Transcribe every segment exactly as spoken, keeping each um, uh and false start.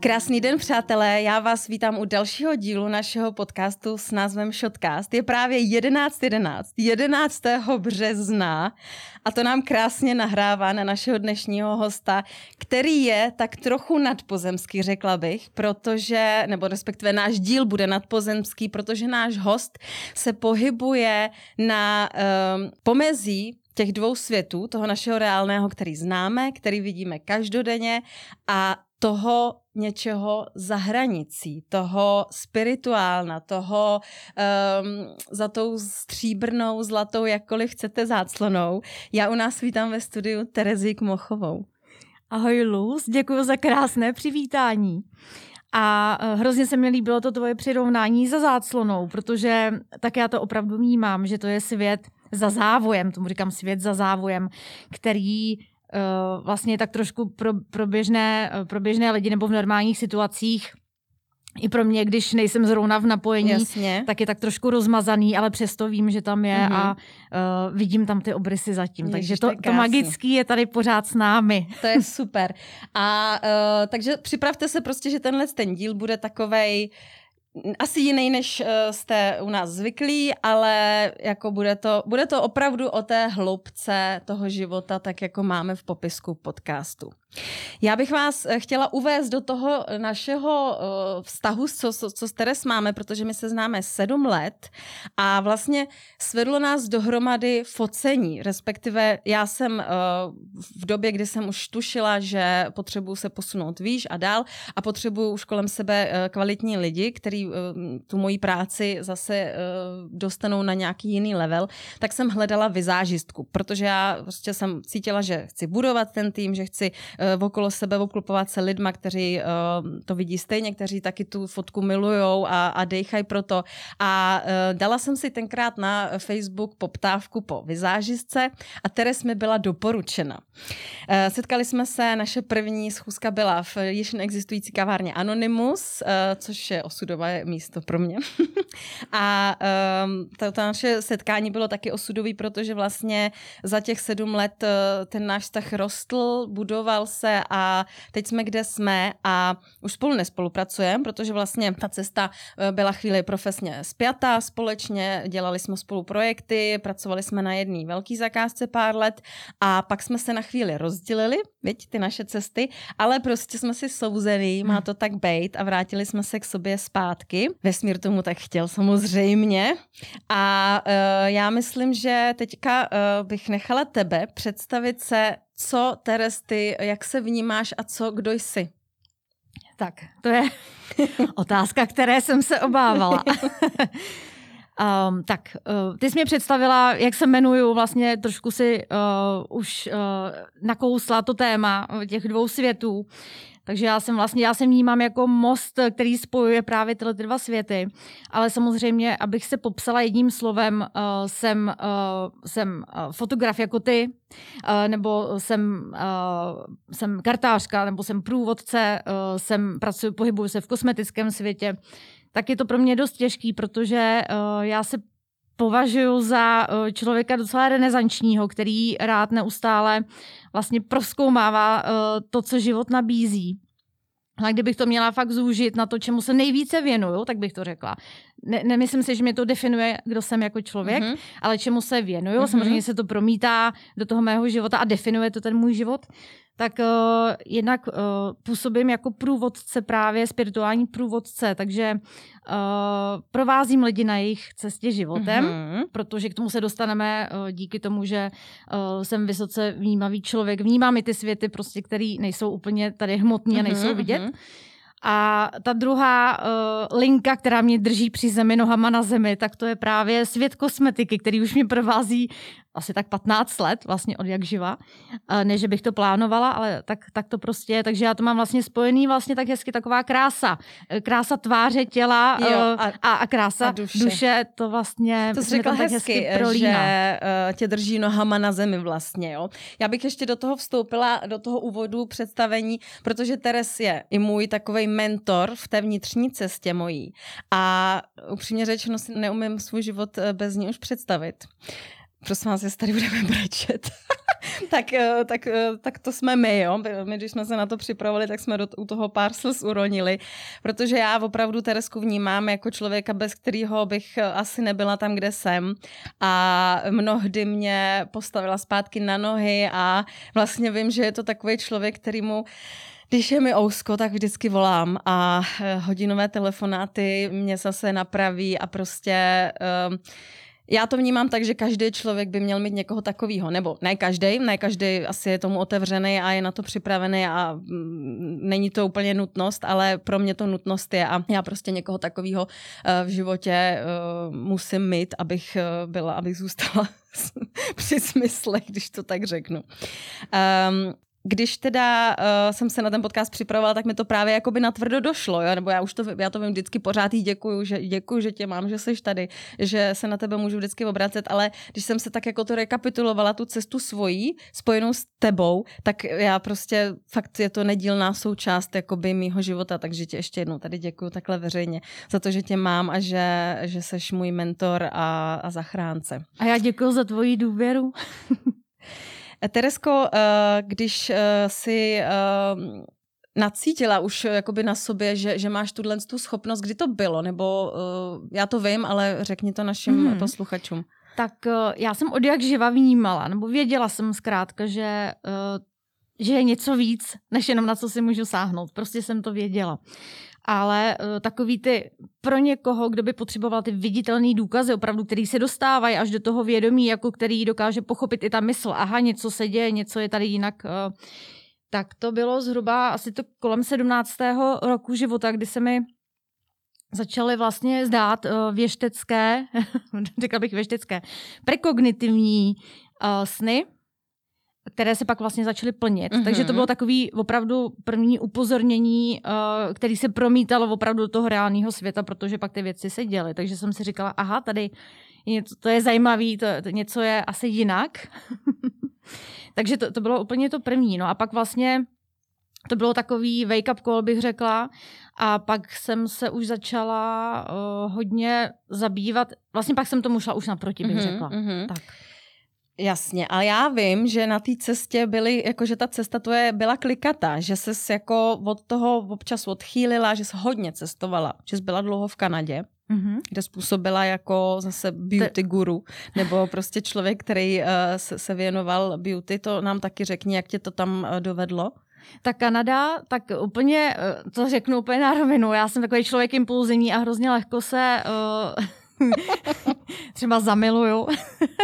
Krásný den, přátelé, já vás vítám u dalšího dílu našeho podcastu s názvem Shotcast. Je právě jedenáct jedenáct, jedenáctého března a to nám krásně nahrává na našeho dnešního hosta, který je tak trochu nadpozemský, řekla bych, protože, nebo respektive náš díl bude nadpozemský, protože náš host se pohybuje na um, pomezí těch dvou světů, toho našeho reálného, který známe, který vidíme každodenně a toho něčeho za hranicí, toho spirituálna, toho um, za tou stříbrnou, zlatou, jakkoliv chcete záclonou. Já u nás vítám ve studiu Terezii Kmochovou. Ahoj Luz, děkuji za krásné přivítání. A hrozně se mi líbilo to tvoje přirovnání za záclonou, protože tak já to opravdu vnímám, že to je svět za závojem, tomu říkám svět za závojem, který uh, vlastně tak trošku pro, pro, běžné, pro běžné lidi nebo v normálních situacích i pro mě, když nejsem zrovna v napojení, Jasně. tak je tak trošku rozmazaný, ale přesto vím, že tam je mm-hmm. a uh, vidím tam ty obrysy zatím. Ježiš, takže to, to, to magický je tady pořád s námi. To je super. A uh, takže připravte se prostě, že tenhle ten díl bude takovej asi jiný, než uh, jste u nás zvyklí, ale jako bude to, bude to opravdu o té hloubce toho života, tak jako máme v popisku podcastu. Já bych vás chtěla uvést do toho našeho uh, vztahu, co, co, co s Teres máme, protože my se známe sedm let a vlastně svedlo nás dohromady focení, respektive já jsem uh, v době, kdy jsem už tušila, že potřebuju se posunout výš a dál a potřebuju už kolem sebe uh, kvalitní lidi, který uh, tu moji práci zase uh, dostanou na nějaký jiný level, tak jsem hledala vizážistku, protože já prostě jsem cítila, že chci budovat ten tým, že chci uh, okolo sebe obklopovat se lidma, kteří uh, to vidí stejně, kteří taky tu fotku milujou a, a dejchají pro to. A uh, dala jsem si tenkrát na Facebook poptávku po vizážistce a Teres mi byla doporučena. Uh, setkali jsme se, naše první schůzka byla v již neexistující kavárně Anonymous, uh, což je osudové místo pro mě. A um, to, to naše setkání bylo taky osudový, protože vlastně za těch sedm let uh, ten náš vztah rostl, budoval se a teď jsme, kde jsme a už spolu nespolupracujeme, protože vlastně ta cesta byla chvíli profesně spjatá společně, dělali jsme spolu projekty, pracovali jsme na jedné velké zakázce pár let a pak jsme se na chvíli rozdělili, viď, ty naše cesty, ale prostě jsme si souzený, má to tak bejt a vrátili jsme se k sobě zpátky. Vesmír tomu tak chtěl samozřejmě a uh, já myslím, že teďka uh, bych nechala tebe představit se, co, Teres, ty, jak se vnímáš a co, kdo jsi? Tak, to je otázka, které jsem se obávala. um, tak, uh, ty jsi mě představila, jak se jmenuju, vlastně trošku si uh, už uh, nakousla to téma těch dvou světů. Takže já jsem vlastně, já se vnímám jako most, který spojuje právě tyhle dva světy. Ale samozřejmě, abych se popsala jedním slovem, uh, jsem, uh, jsem uh, fotograf jako ty, uh, nebo jsem, uh, jsem kartářka, nebo jsem průvodce, uh, jsem, pracuji, pohybuju se v kosmetickém světě. Tak je to pro mě dost těžký, protože uh, já se považuji za člověka docela renesančního, který rád neustále vlastně prozkoumává to, co život nabízí. A kdybych to měla fakt zúžit na to, čemu se nejvíce věnuju, tak bych to řekla. Ne, nemyslím si, že mě to definuje, kdo jsem jako člověk, mm-hmm. ale čemu se věnuju. Mm-hmm. Samozřejmě se to promítá do toho mého života a definuje to ten můj život. Tak uh, jednak uh, působím jako průvodce, právě spirituální průvodce, takže uh, provázím lidi na jejich cestě životem, mm-hmm. protože k tomu se dostaneme uh, díky tomu, že uh, jsem vysoce vnímavý člověk. Vnímám i ty světy, prostě, který nejsou úplně tady hmotní a nejsou mm-hmm. vidět. A ta druhá uh, linka, která mě drží při zemi, nohama na zemi, tak to je právě svět kosmetiky, který už mě provází asi tak patnáct let, vlastně od jak živa. Uh, ne, že bych to plánovala, ale tak, tak to prostě je. Takže já to mám vlastně spojený vlastně tak hezky taková krása. Krása tváře, těla jo, a, a, a krása a duše. duše. To vlastně to jsi řekla hezky, hezky že uh, tě drží nohama na zemi vlastně. Jo? Já bych ještě do toho vstoupila, do toho úvodu představení, protože Teres je i můj takovej mentor v té vnitřní cestě mojí. A upřímně řečeno si neumím svůj život bez ní už představit. Prosím vás, jestli tady budeme brečet. tak, tak, tak to jsme my, jo. My, když jsme se na to připravili, tak jsme do, u toho pár slz uronili, protože já opravdu Teresku vnímám jako člověka, bez kterého bych asi nebyla tam, kde jsem. A mnohdy mě postavila zpátky na nohy a vlastně vím, že je to takový člověk, kterýmu když je mi ousko, tak vždycky volám a hodinové telefonáty mě zase napraví a prostě um, já to vnímám tak, že každý člověk by měl mít někoho takového, nebo ne každý, ne každý asi je tomu otevřený a je na to připravený a mm, není to úplně nutnost, ale pro mě to nutnost je a já prostě někoho takového uh, v životě uh, musím mít, abych uh, byla, abych zůstala při smyslech, když to tak řeknu. Um, Když teda uh, jsem se na ten podcast připravovala, tak mi to právě jakoby natvrdo došlo, jo? Nebo já už to, já to vím vždycky pořád jí děkuju, že děkuju, že tě mám, že jsi tady, že se na tebe můžu vždycky obracet, ale když jsem se tak jako to rekapitulovala, tu cestu svojí, spojenou s tebou, tak já prostě fakt je to nedílná součást jakoby mýho života, takže tě ještě jednou tady děkuju takhle veřejně za to, že tě mám a že, že seš můj mentor a, a zachránce. A já děkuju za tvoji důvěru. Teresko, když si nacítila už jakoby na sobě, že, že máš tuhle tu schopnost, kdy to bylo? Nebo já to vím, ale řekni to našim hmm. posluchačům. Tak já jsem od jak živa vnímala, nebo věděla jsem zkrátka, že, že je něco víc, než jenom na co si můžu sáhnout. Prostě jsem to věděla. Ale uh, takový ty pro někoho, kdo by potřeboval ty viditelné důkazy, opravdu, který se dostávají až do toho vědomí, jako který dokáže pochopit i ta mysl. Aha, něco se děje, něco je tady jinak. Uh, tak to bylo zhruba asi to kolem sedmnáctého roku života, kdy se mi začaly vlastně zdát uh, věštecké, řekla bych věštecké, prekognitivní uh, sny, které se pak vlastně začaly plnit. Mm-hmm. Takže to bylo takový opravdu první upozornění, uh, který se promítalo opravdu do toho reálného světa, protože pak ty věci se děly. Takže jsem si říkala, aha, tady něco, to je zajímavý, to, to něco je asi jinak. Takže to, to bylo úplně to první. No a pak vlastně to bylo takový wake-up call, bych řekla. A pak jsem se už začala uh, hodně zabývat, vlastně pak jsem tomu šla už naproti, bych mm-hmm, řekla. Mm-hmm. Tak. Jasně, ale já vím, že na té cestě byly, jakože ta cesta tvoje byla klikatá, že ses jako od toho občas odchýlila, že jsi hodně cestovala, že jsi byla dlouho v Kanadě, mm-hmm. kde způsobila jako zase beauty guru, nebo prostě člověk, který uh, se, se věnoval beauty, to nám taky řekni, jak tě to tam uh, dovedlo. Tak Kanada, tak úplně, to řeknu úplně na rovinu, já jsem takový člověk impulzivní a hrozně lehko se... Uh... třeba zamiluju. uh,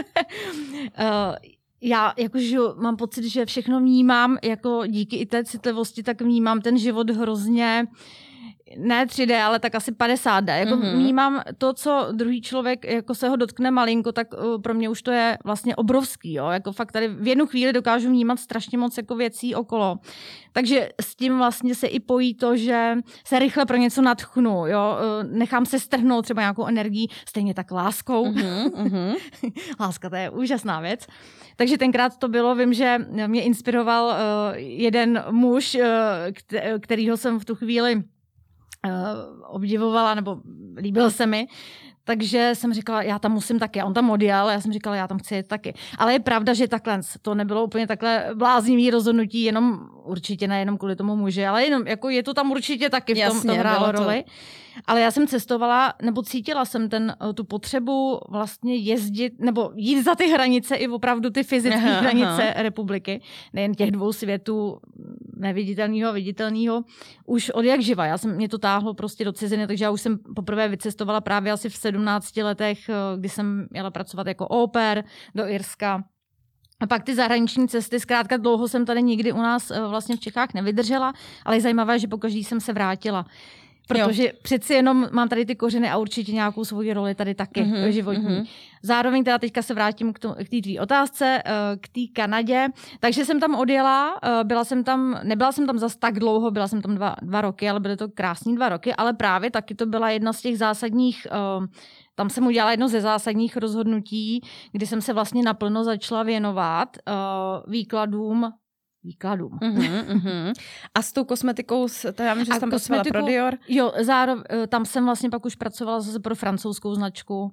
já jakože mám pocit, že všechno vnímám, jako díky i té citlivosti, tak vnímám ten život hrozně, ne tři dé, ale tak asi padesát dé. Jako mm-hmm. vnímám to, co druhý člověk jako se ho dotkne malinko, tak uh, pro mě už to je vlastně obrovský. Jo? Jako fakt tady v jednu chvíli dokážu vnímat strašně moc jako věcí okolo. Takže s tím vlastně se i pojí to, že se rychle pro něco nadchnu, jo? Nechám se strhnout třeba nějakou energií, stejně tak láskou. Mm-hmm. Láska, to je úžasná věc. Takže tenkrát to bylo, vím, že mě inspiroval uh, jeden muž, uh, kterýho jsem v tu chvíli uh, obdivovala, nebo líbil se mi. Takže jsem říkala, já tam musím taky. A on tam odjel a já jsem říkala, já tam chci jet taky. Ale je pravda, že takhle to nebylo úplně takhle bláznivý rozhodnutí, jenom určitě nejenom kvůli tomu muži, ale jenom jako je to tam určitě taky v tom, Jasně, to hrálo roli. Ale já jsem cestovala, nebo cítila jsem ten, tu potřebu vlastně jezdit, nebo jít za ty hranice i opravdu ty fyzické hranice aha. republiky, nejen těch dvou světů, neviditelného a viditelného, už od jak živa. Já jsem, mě to táhlo prostě do ciziny, takže já už jsem poprvé vycestovala právě asi v sedmnácti letech, kdy jsem jela pracovat jako au pair do Irska. A pak ty zahraniční cesty, zkrátka dlouho jsem tady nikdy u nás vlastně v Čechách nevydržela, ale je zajímavé, že pokaždý jsem se vrátila. Protože jo. přeci jenom mám tady ty kořeny a určitě nějakou svoji roli tady taky mm-hmm, životní. Mm-hmm. Zároveň teda teďka se vrátím k, to, k té tvý otázce, k té Kanadě. Takže jsem tam odjela, byla jsem tam, nebyla jsem tam zas tak dlouho, byla jsem tam dva, dva roky, ale byly to krásný dva roky, ale právě taky to byla jedna z těch zásadních, tam jsem udělala jedno ze zásadních rozhodnutí, kdy jsem se vlastně naplno začala věnovat výkladům výkladům. Uh-huh, uh-huh. A s tou kosmetikou, to já vím, že jsi tam pracovala pro Dior? Jo, zároveň tam jsem vlastně pak už pracovala zase pro francouzskou značku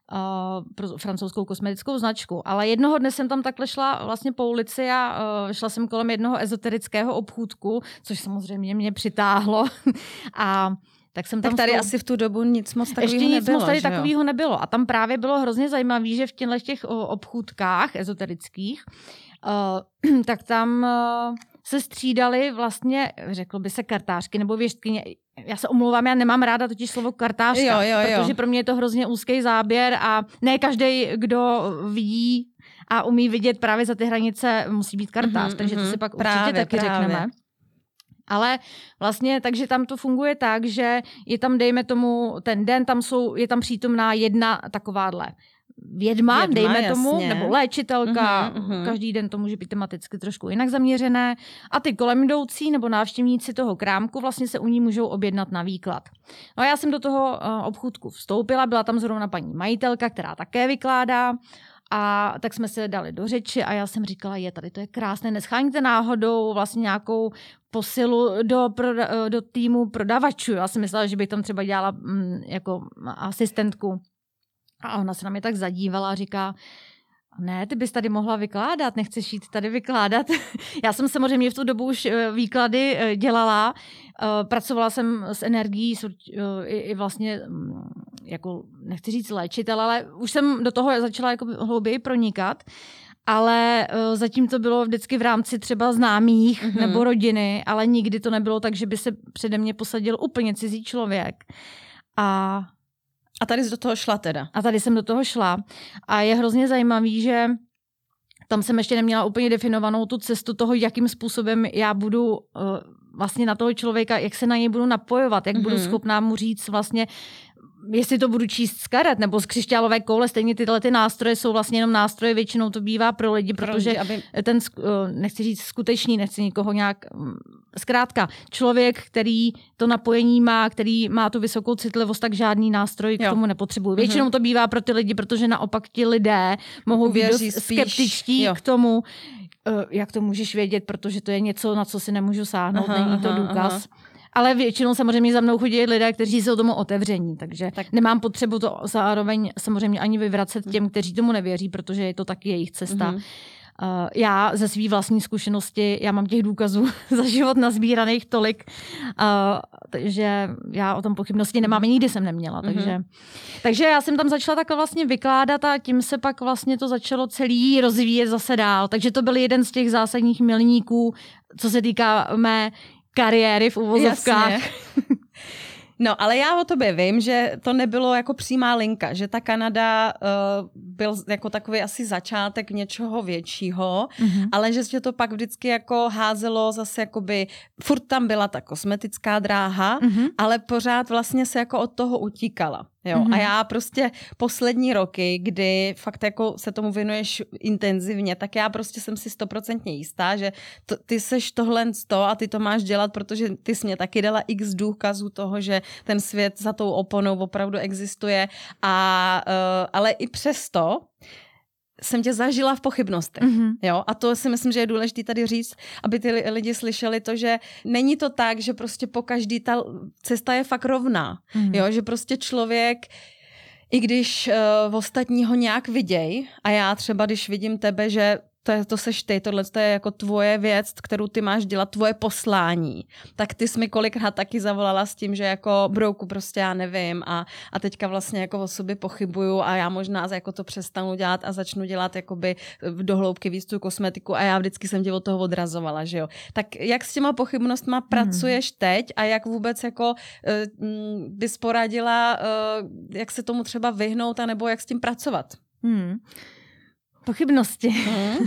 uh, pro francouzskou kosmetickou značku. Ale jednoho dne jsem tam takhle šla vlastně po ulici a uh, šla jsem kolem jednoho ezoterického obchůdku, což samozřejmě mě přitáhlo. a Tak, jsem tam tak tady spolu... asi v tu dobu nic moc takového nebylo. Ještě nic moc tady takového nebylo. A tam právě bylo hrozně zajímavé, že v těchto těch obchůdkách ezoterických, uh, tak tam uh, se střídali vlastně, řekl by se kartářky nebo věštkyně. Já se omlouvám, já nemám ráda totiž slovo kartářka, jo, jo, jo. protože pro mě je to hrozně úzký záběr a ne každý, kdo vidí a umí vidět právě za ty hranice, musí být kartář. Mm-hmm, takže to si pak právě, určitě taky právě. řekneme. Ale vlastně, takže tam to funguje tak, že je tam, dejme tomu, ten den, tam jsou, je tam přítomná jedna takováhle vědma, vědma dejme jasně. tomu, nebo léčitelka, uhum, uhum. Každý den to může být tematicky trošku jinak zaměřené a ty kolem jdoucí nebo návštěvníci toho krámku vlastně se u ní můžou objednat na výklad. No a já jsem do toho uh, obchůdku vstoupila, byla tam zrovna paní majitelka, která také vykládá. A tak jsme se dali do řeči a já jsem říkala, je tady to je krásné, nescháníte náhodou vlastně nějakou posilu do, proda- do týmu prodavačů. Já jsem myslela, že bych tam třeba dělala mm, jako asistentku. A ona se na mě tak zadívala a říká, ne, ty bys tady mohla vykládat, nechceš jít tady vykládat. Já jsem samozřejmě v tu dobu už výklady dělala, pracovala jsem s energií i vlastně, jako nechci říct léčitel, ale už jsem do toho začala jako hlouběji pronikat, ale zatím to bylo vždycky v rámci třeba známých mm-hmm. nebo rodiny, ale nikdy to nebylo tak, že by se přede mě posadil úplně cizí člověk. A A tady jsi do toho šla teda. A tady jsem do toho šla. A je hrozně zajímavý, že tam jsem ještě neměla úplně definovanou tu cestu toho, jakým způsobem já budu uh, vlastně na toho člověka, jak se na něj budu napojovat, jak mm-hmm. budu schopná mu říct vlastně, jestli to budu číst z karet nebo z křišťálové koule, stejně tyhle ty nástroje jsou vlastně jenom nástroje, většinou to bývá pro lidi, protože pro lidi, aby... ten, nechci říct skutečný, nechci nikoho nějak, zkrátka, člověk, který to napojení má, který má tu vysokou citlivost, tak žádný nástroj jo. k tomu nepotřebuje. Většinou to bývá pro ty lidi, protože naopak ti lidé mohou být dost skeptičtí jo. k tomu, jak to můžeš vědět, protože to je něco, na co si nemůžu sáhnout, aha, není to aha, důkaz. Aha. Ale většinou samozřejmě za mnou chodí lidé, kteří jsou tomu otevření, takže tak. nemám potřebu to zároveň samozřejmě ani vyvracet těm, kteří tomu nevěří, protože je to taky jejich cesta. Mm-hmm. Uh, já ze svý vlastní zkušenosti, já mám těch důkazů za život nazbíraných tolik, uh, takže já o tom pochybnosti nemám, nikdy jsem neměla. Mm-hmm. Takže, takže já jsem tam začala takhle vlastně vykládat a tím se pak vlastně to začalo celý rozvíjet zase dál. Takže to byl jeden z těch zásadních milníků, co se týká mé kariéry v uvozovkách. No, ale já o tobě vím, že to nebylo jako přímá linka, že ta Kanada uh, byl jako takový asi začátek něčeho většího, mm-hmm. ale že se to pak vždycky jako házelo zase jakoby, furt tam byla ta kosmetická dráha, mm-hmm. ale pořád vlastně se jako od toho utíkala. Jo, mm-hmm. a já prostě poslední roky, kdy fakt jako se tomu věnuješ intenzivně, tak já prostě jsem si stoprocentně jistá, že to, ty seš tohle sto a ty to máš dělat, protože ty jsi mě taky dala x důkazů toho, že ten svět za tou oponou opravdu existuje, a, uh, ale i přesto jsem tě zažila v pochybnostech. Mm-hmm. Jo? A to si myslím, že je důležité tady říct, aby ty lidi slyšeli to, že není to tak, že prostě po každý ta cesta je fakt rovná. Mm-hmm. Jo? Že prostě člověk, i když uh, ostatní ho nějak viděj, a já třeba, když vidím tebe, že to, je, to seš ty, tohle to je jako tvoje věc, kterou ty máš dělat, tvoje poslání. Tak ty jsi mi kolikrát taky zavolala s tím, že jako brouku prostě já nevím a, a teďka vlastně jako o sobě pochybuju a já možná jako to přestanu dělat a začnu dělat jakoby v dohloubky víc tu kosmetiku a já vždycky jsem tě od toho odrazovala, že jo. Tak jak s těma pochybnostma hmm. pracuješ teď a jak vůbec jako uh, bys poradila, uh, jak se tomu třeba vyhnout a nebo jak s tím pracovat? Hmm. Pochybnosti. Hmm.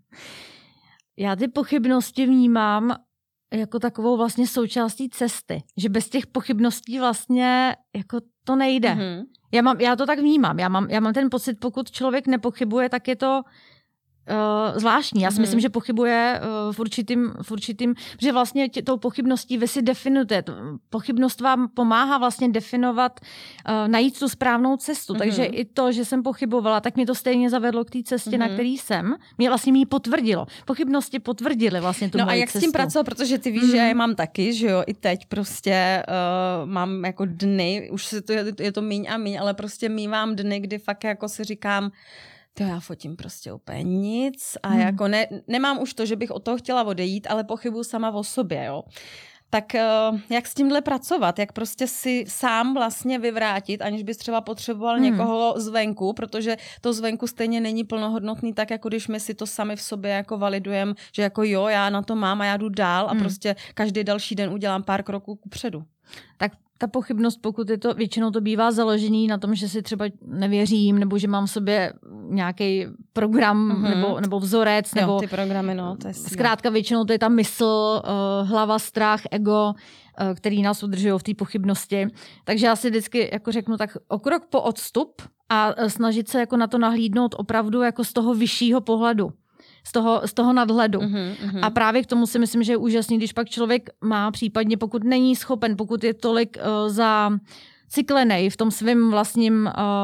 Já ty pochybnosti vnímám jako takovou vlastně součástí cesty. Že bez těch pochybností vlastně jako to nejde. Hmm. Já, mám, já to tak vnímám. Já mám, já mám ten pocit, pokud člověk nepochybuje, tak je to Uh, zvláštní. Já si mm-hmm. myslím, že pochybuje uh, v určitým, v určitým, že vlastně tě, tou pochybností vy si definujete. Pochybnost vám pomáhá vlastně definovat, uh, najít tu správnou cestu. Mm-hmm. Takže i to, že jsem pochybovala, tak mě to stejně zavedlo k té cestě, mm-hmm. na který jsem. Mě vlastně mi potvrdilo. Pochybnosti potvrdily vlastně tu no moji a jak cestu. s tím pracovat, protože ty víš, mm-hmm. že já mám taky, že jo, i teď prostě uh, mám jako dny, už se to, je to míň a míň, ale prostě mívám dny, kdy fakt jako si říkám, to já fotím prostě úplně nic a hmm. jako ne, nemám už to, že bych od toho chtěla odejít, ale pochybuju sama o sobě, jo. Tak uh, jak s tímhle pracovat? Jak prostě si sám vlastně vyvrátit, aniž bys třeba potřeboval hmm. někoho zvenku, protože to zvenku stejně není plnohodnotný, tak jako když my si to sami v sobě jako validujeme, že jako jo, já na to mám a já jdu dál a hmm. prostě každý další den udělám pár kroků kupředu. Tak ta pochybnost, pokud je to, většinou to bývá založený na tom, že si třeba nevěřím, nebo že mám v sobě nějaký program, mm-hmm. nebo, nebo vzorec, jo, nebo ty programy, no, to je zkrátka většinou to je ta mysl, uh, hlava, strach, ego, uh, který nás udržují v té pochybnosti. Takže já si vždycky jako řeknu tak o krok po odstup a snažit se jako na to nahlídnout opravdu jako z toho vyššího pohledu. Z toho, z toho nadhledu. Uh-huh, uh-huh. A právě k tomu si myslím, že je úžasný, když pak člověk má případně, pokud není schopen, pokud je tolik uh, za cyklenej v tom svém vlastním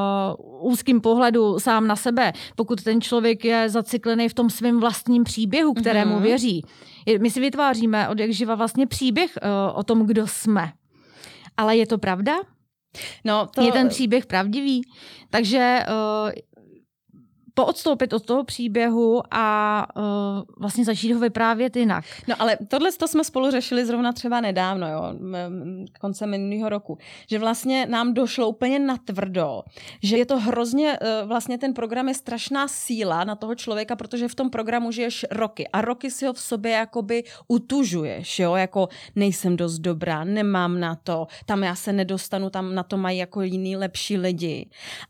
uh, úzkým pohledu sám na sebe, pokud ten člověk je zacyklený v tom svém vlastním příběhu, kterému uh-huh. věří. My si vytváříme od jak živa vlastně příběh uh, o tom, kdo jsme. Ale je to pravda? No, to... Je ten příběh pravdivý? Takže uh, poodstoupit od toho příběhu a uh, vlastně začít ho vyprávět jinak. No ale tohle to jsme spolu řešili zrovna třeba nedávno, jo, koncem minulého roku, že vlastně nám došlo úplně natvrdo, že je to hrozně, vlastně ten program je strašná síla na toho člověka, protože v tom programu žiješ roky a roky si ho v sobě jakoby utužuješ, jo, jako nejsem dost dobrá, nemám na to, tam já se nedostanu, tam na to mají jako jiný lepší lidi.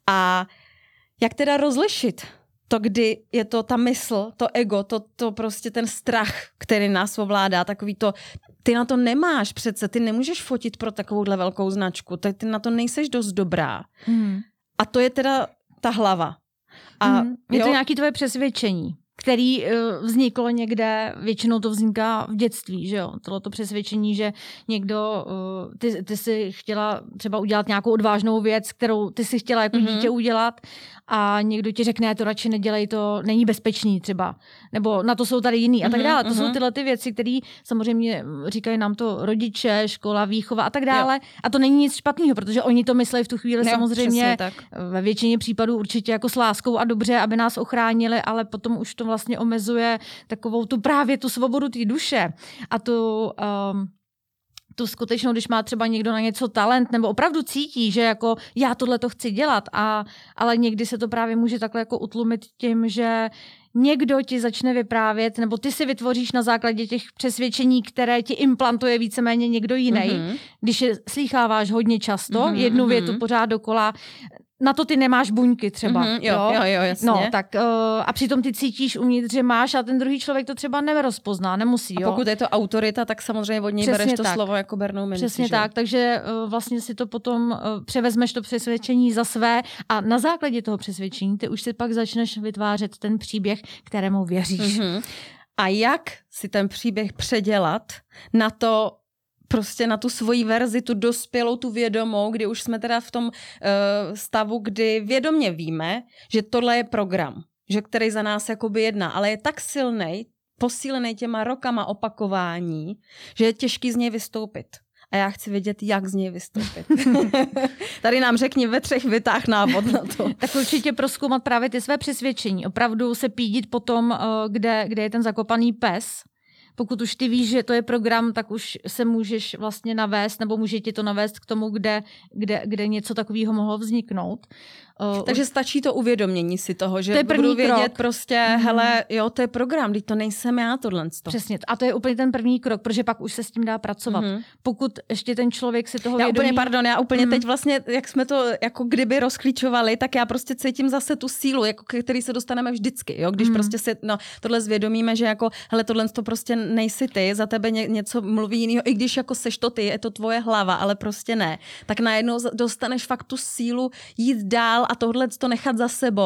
A jak teda rozlišit to, kdy je to ta mysl, to ego, to, to prostě ten strach, který nás ovládá, takový to, ty na to nemáš přece, ty nemůžeš fotit pro takovouhle velkou značku, ty, ty na to nejseš dost dobrá. Hmm. A to je teda ta hlava. A hmm. Je to nějaké tvoje přesvědčení, který uh, vzniklo někde, většinou to vzniká v dětství, že jo? Tohleto přesvědčení, že někdo, uh, ty, ty si chtěla třeba udělat nějakou odvážnou věc, kterou ty si chtěla jako mm-hmm. dítě udělat a někdo ti řekne, to radši nedělej, to není bezpečný třeba. Nebo na to jsou tady jiný a tak dále. Mm-hmm. To jsou tyhle ty věci, které samozřejmě říkají nám to rodiče, škola, výchova a tak dále. Jo. A to není nic špatného, protože oni to myslí v tu chvíli jo, samozřejmě ve většině případů určitě jako s láskou a dobře, aby nás ochránili, ale potom už to vlastně omezuje takovou tu právě tu svobodu té duše a tu, um, tu skutečnou, když má třeba někdo na něco talent nebo opravdu cítí, že jako já tohle to chci dělat, a, ale někdy se to právě může takhle jako utlumit tím, že někdo ti začne vyprávět, nebo ty si vytvoříš na základě těch přesvědčení, které ti implantuje víceméně někdo jiný. Mm-hmm. Když je slýcháváš hodně často, mm-hmm, jednu větu mm-hmm. pořád dokola, na to ty nemáš buňky třeba. Mm-hmm, jo, jo, jo, jasně. No, tak uh, a přitom ty cítíš uvnitř, že máš a ten druhý člověk to třeba nerozpozná, nemusí, jo. A pokud je to autorita, tak samozřejmě od něj Přesně bereš to tak. slovo jako bernou minci. Přesně že? tak, takže uh, vlastně si to potom uh, převezmeš to přesvědčení za své a na základě toho přesvědčení ty už si pak začneš vytvářet ten příběh, kterému věříš. Mm-hmm. A jak si ten příběh předělat na to, prostě na tu svoji verzi, tu dospělou, tu vědomou, kdy už jsme teda v tom uh, stavu, kdy vědomě víme, že tohle je program, že který za nás jakoby jedná, ale je tak silnej, posílený těma rokama opakování, že je těžký z něj vystoupit. A já chci vědět, jak z něj vystoupit. Tady nám řekni ve třech větách návod na to. Tak určitě prozkoumat právě ty své přesvědčení. Opravdu se pídit po tom, kde, kde je ten zakopaný pes. Pokud už ty víš, že to je program, tak už se můžeš vlastně navést, nebo může ti to navést k tomu, kde, kde, kde něco takového mohlo vzniknout. Uh, Takže stačí to uvědomění si toho, že to je budu vědět krok. prostě, mm. hele, jo, to je program, teď to nejsem já, tohle. Přesně, a to je úplně ten první krok, protože pak už se s tím dá pracovat. Mm. Pokud ještě ten člověk si toho já vědomí... Úplně, pardon, já úplně mm. teď vlastně, jak jsme to jako kdyby rozklíčovali, tak já prostě cítím zase tu sílu, jako k který se dostaneme vždycky, jo, když mm. prostě si no, tohle zvědomíme, že jako, hele, tohle to prostě nejsi ty, za tebe ně, něco mluví jinýho, i když jako seš to ty, je to tvoje hlava, ale prostě ne. Tak najednou dostaneš fakt tu sílu jít dál a tohle to nechat za sebou,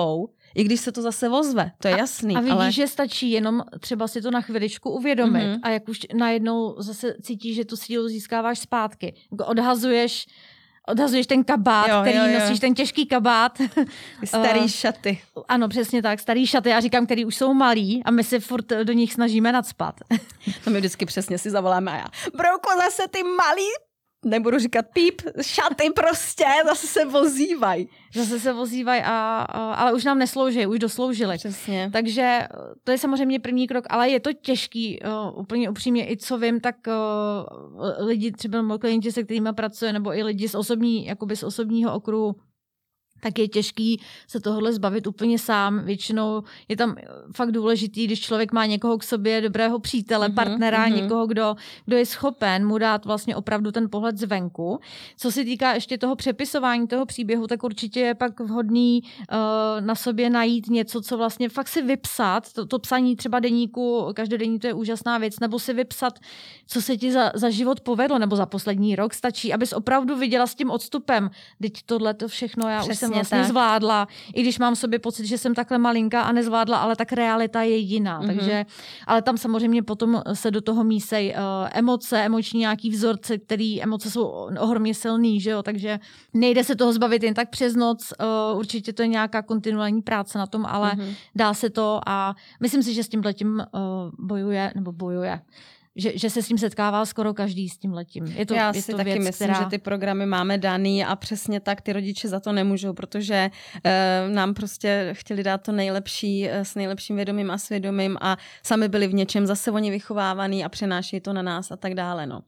I když se to zase ozve, to je jasný. A vidíš, ale... že stačí jenom třeba si to na chviličku uvědomit mm-hmm. a jak už najednou zase cítíš, že tu sílu získáváš zpátky. Odhazuješ Odhazuješ ten kabát, jo, který jo, jo. nosíš, ten těžký kabát. Starý šaty. Ano, přesně tak, starý šaty, já říkám, který už jsou malý a my si furt do nich snažíme nacpat. To my vždycky přesně si zavoláme a já. Brouko, zase ty malý, nebudu říkat píp, šaty prostě, zase se vozívají. Zase se vozívají, a, a, ale už nám neslouží, už dosloužili. Přesně. Takže to je samozřejmě první krok, ale je to těžký, uh, úplně upřímně, i co vím, tak uh, lidi, třeba klienti, se kterými pracuje, nebo i lidi z osobní, jakoby z osobního okruhu, tak je těžký se tohohle zbavit úplně sám. Většinou je tam fakt důležitý, když člověk má někoho k sobě, dobrého přítele, mm-hmm, partnera, mm-hmm. někoho, kdo, kdo je schopen mu dát vlastně opravdu ten pohled zvenku. Co se týká ještě toho přepisování toho příběhu, tak určitě je pak vhodný uh, na sobě najít něco, co vlastně fakt si vypsat. To, to psaní třeba deníku, každodenní, to je úžasná věc, nebo si vypsat, co se ti za, za život povedlo, nebo za poslední rok stačí, abys opravdu viděla s tím odstupem. Teď tohle to všechno já Přesně. už jsem vlastně tak. zvládla, i když mám v sobě pocit, že jsem takhle malinká a nezvládla, ale tak realita je jiná. Mm-hmm. Takže, ale tam samozřejmě potom se do toho mísej uh, emoce, emoční nějaký vzorce, který emoce jsou ohromně silný, že jo, takže nejde se toho zbavit jen tak přes noc, uh, určitě to je nějaká kontinuální práce na tom, ale mm-hmm. dá se to a myslím si, že s tímhletím uh, bojuje, nebo bojuje. Že, že se s tím setkává skoro každý s tím letím. Je to, Já je si to taky věc, myslím, která... že ty programy máme daný a přesně tak ty rodiče za to nemůžou, protože e, nám prostě chtěli dát to nejlepší e, s nejlepším vědomím a svědomím a sami byli v něčem zase oni vychovávaný a přenáší to na nás a tak dále. No.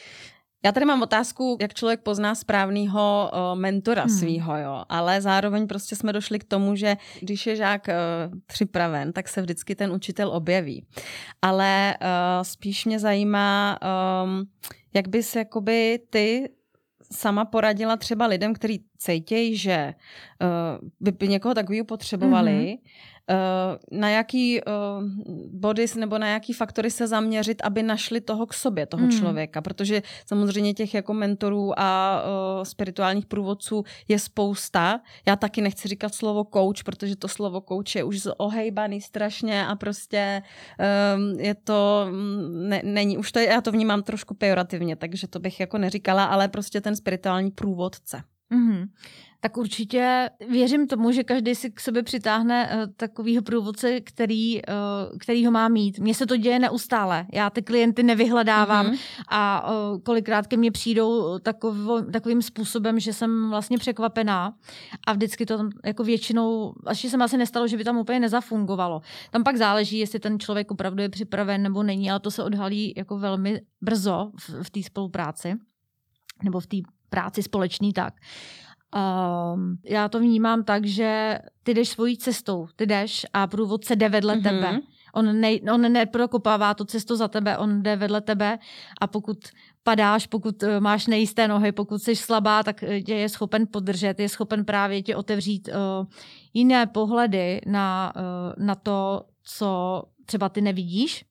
Já tady mám otázku, jak člověk pozná správného uh, mentora hmm. svýho, jo. Ale zároveň prostě jsme došli k tomu, že když je žák uh, připraven, tak se vždycky ten učitel objeví. Ale uh, spíš mě zajímá, um, jak bys jakoby ty sama poradila třeba lidem, kteří cítějí, že uh, by, by někoho takového potřebovali, mm-hmm. na jaký uh, body nebo na jaký faktory se zaměřit, aby našli toho k sobě, toho mm. člověka. Protože samozřejmě těch jako mentorů a uh, spirituálních průvodců je spousta. Já taky nechci říkat slovo coach, protože to slovo coach je už ohejbaný strašně a prostě um, je to, ne, není, už to je, já to vnímám trošku pejorativně, takže to bych jako neříkala, ale prostě ten spirituální průvodce. Mm-hmm. Tak určitě věřím tomu, že každý si k sobě přitáhne uh, takovýho průvodce, který, uh, který ho má mít. Mně se to děje neustále. Já ty klienty nevyhledávám mm-hmm. a uh, kolikrát ke mně přijdou takovo, takovým způsobem, že jsem vlastně překvapená a vždycky to tam jako většinou, až se mi asi nestalo, že by tam úplně nezafungovalo. Tam pak záleží, jestli ten člověk opravdu je připraven nebo není, ale to se odhalí jako velmi brzo v, v té spolupráci nebo v té práci společný tak. Um, já to vnímám tak, že ty jdeš svojí cestou, ty jdeš a průvodce jde vedle mm-hmm. tebe. On, ne, on neprokopává tu cestu za tebe, on jde vedle tebe a pokud padáš, pokud uh, máš nejisté nohy, pokud jsi slabá, tak tě je schopen podržet, je schopen právě tě otevřít uh, jiné pohledy na, uh, na to, co třeba ty nevidíš.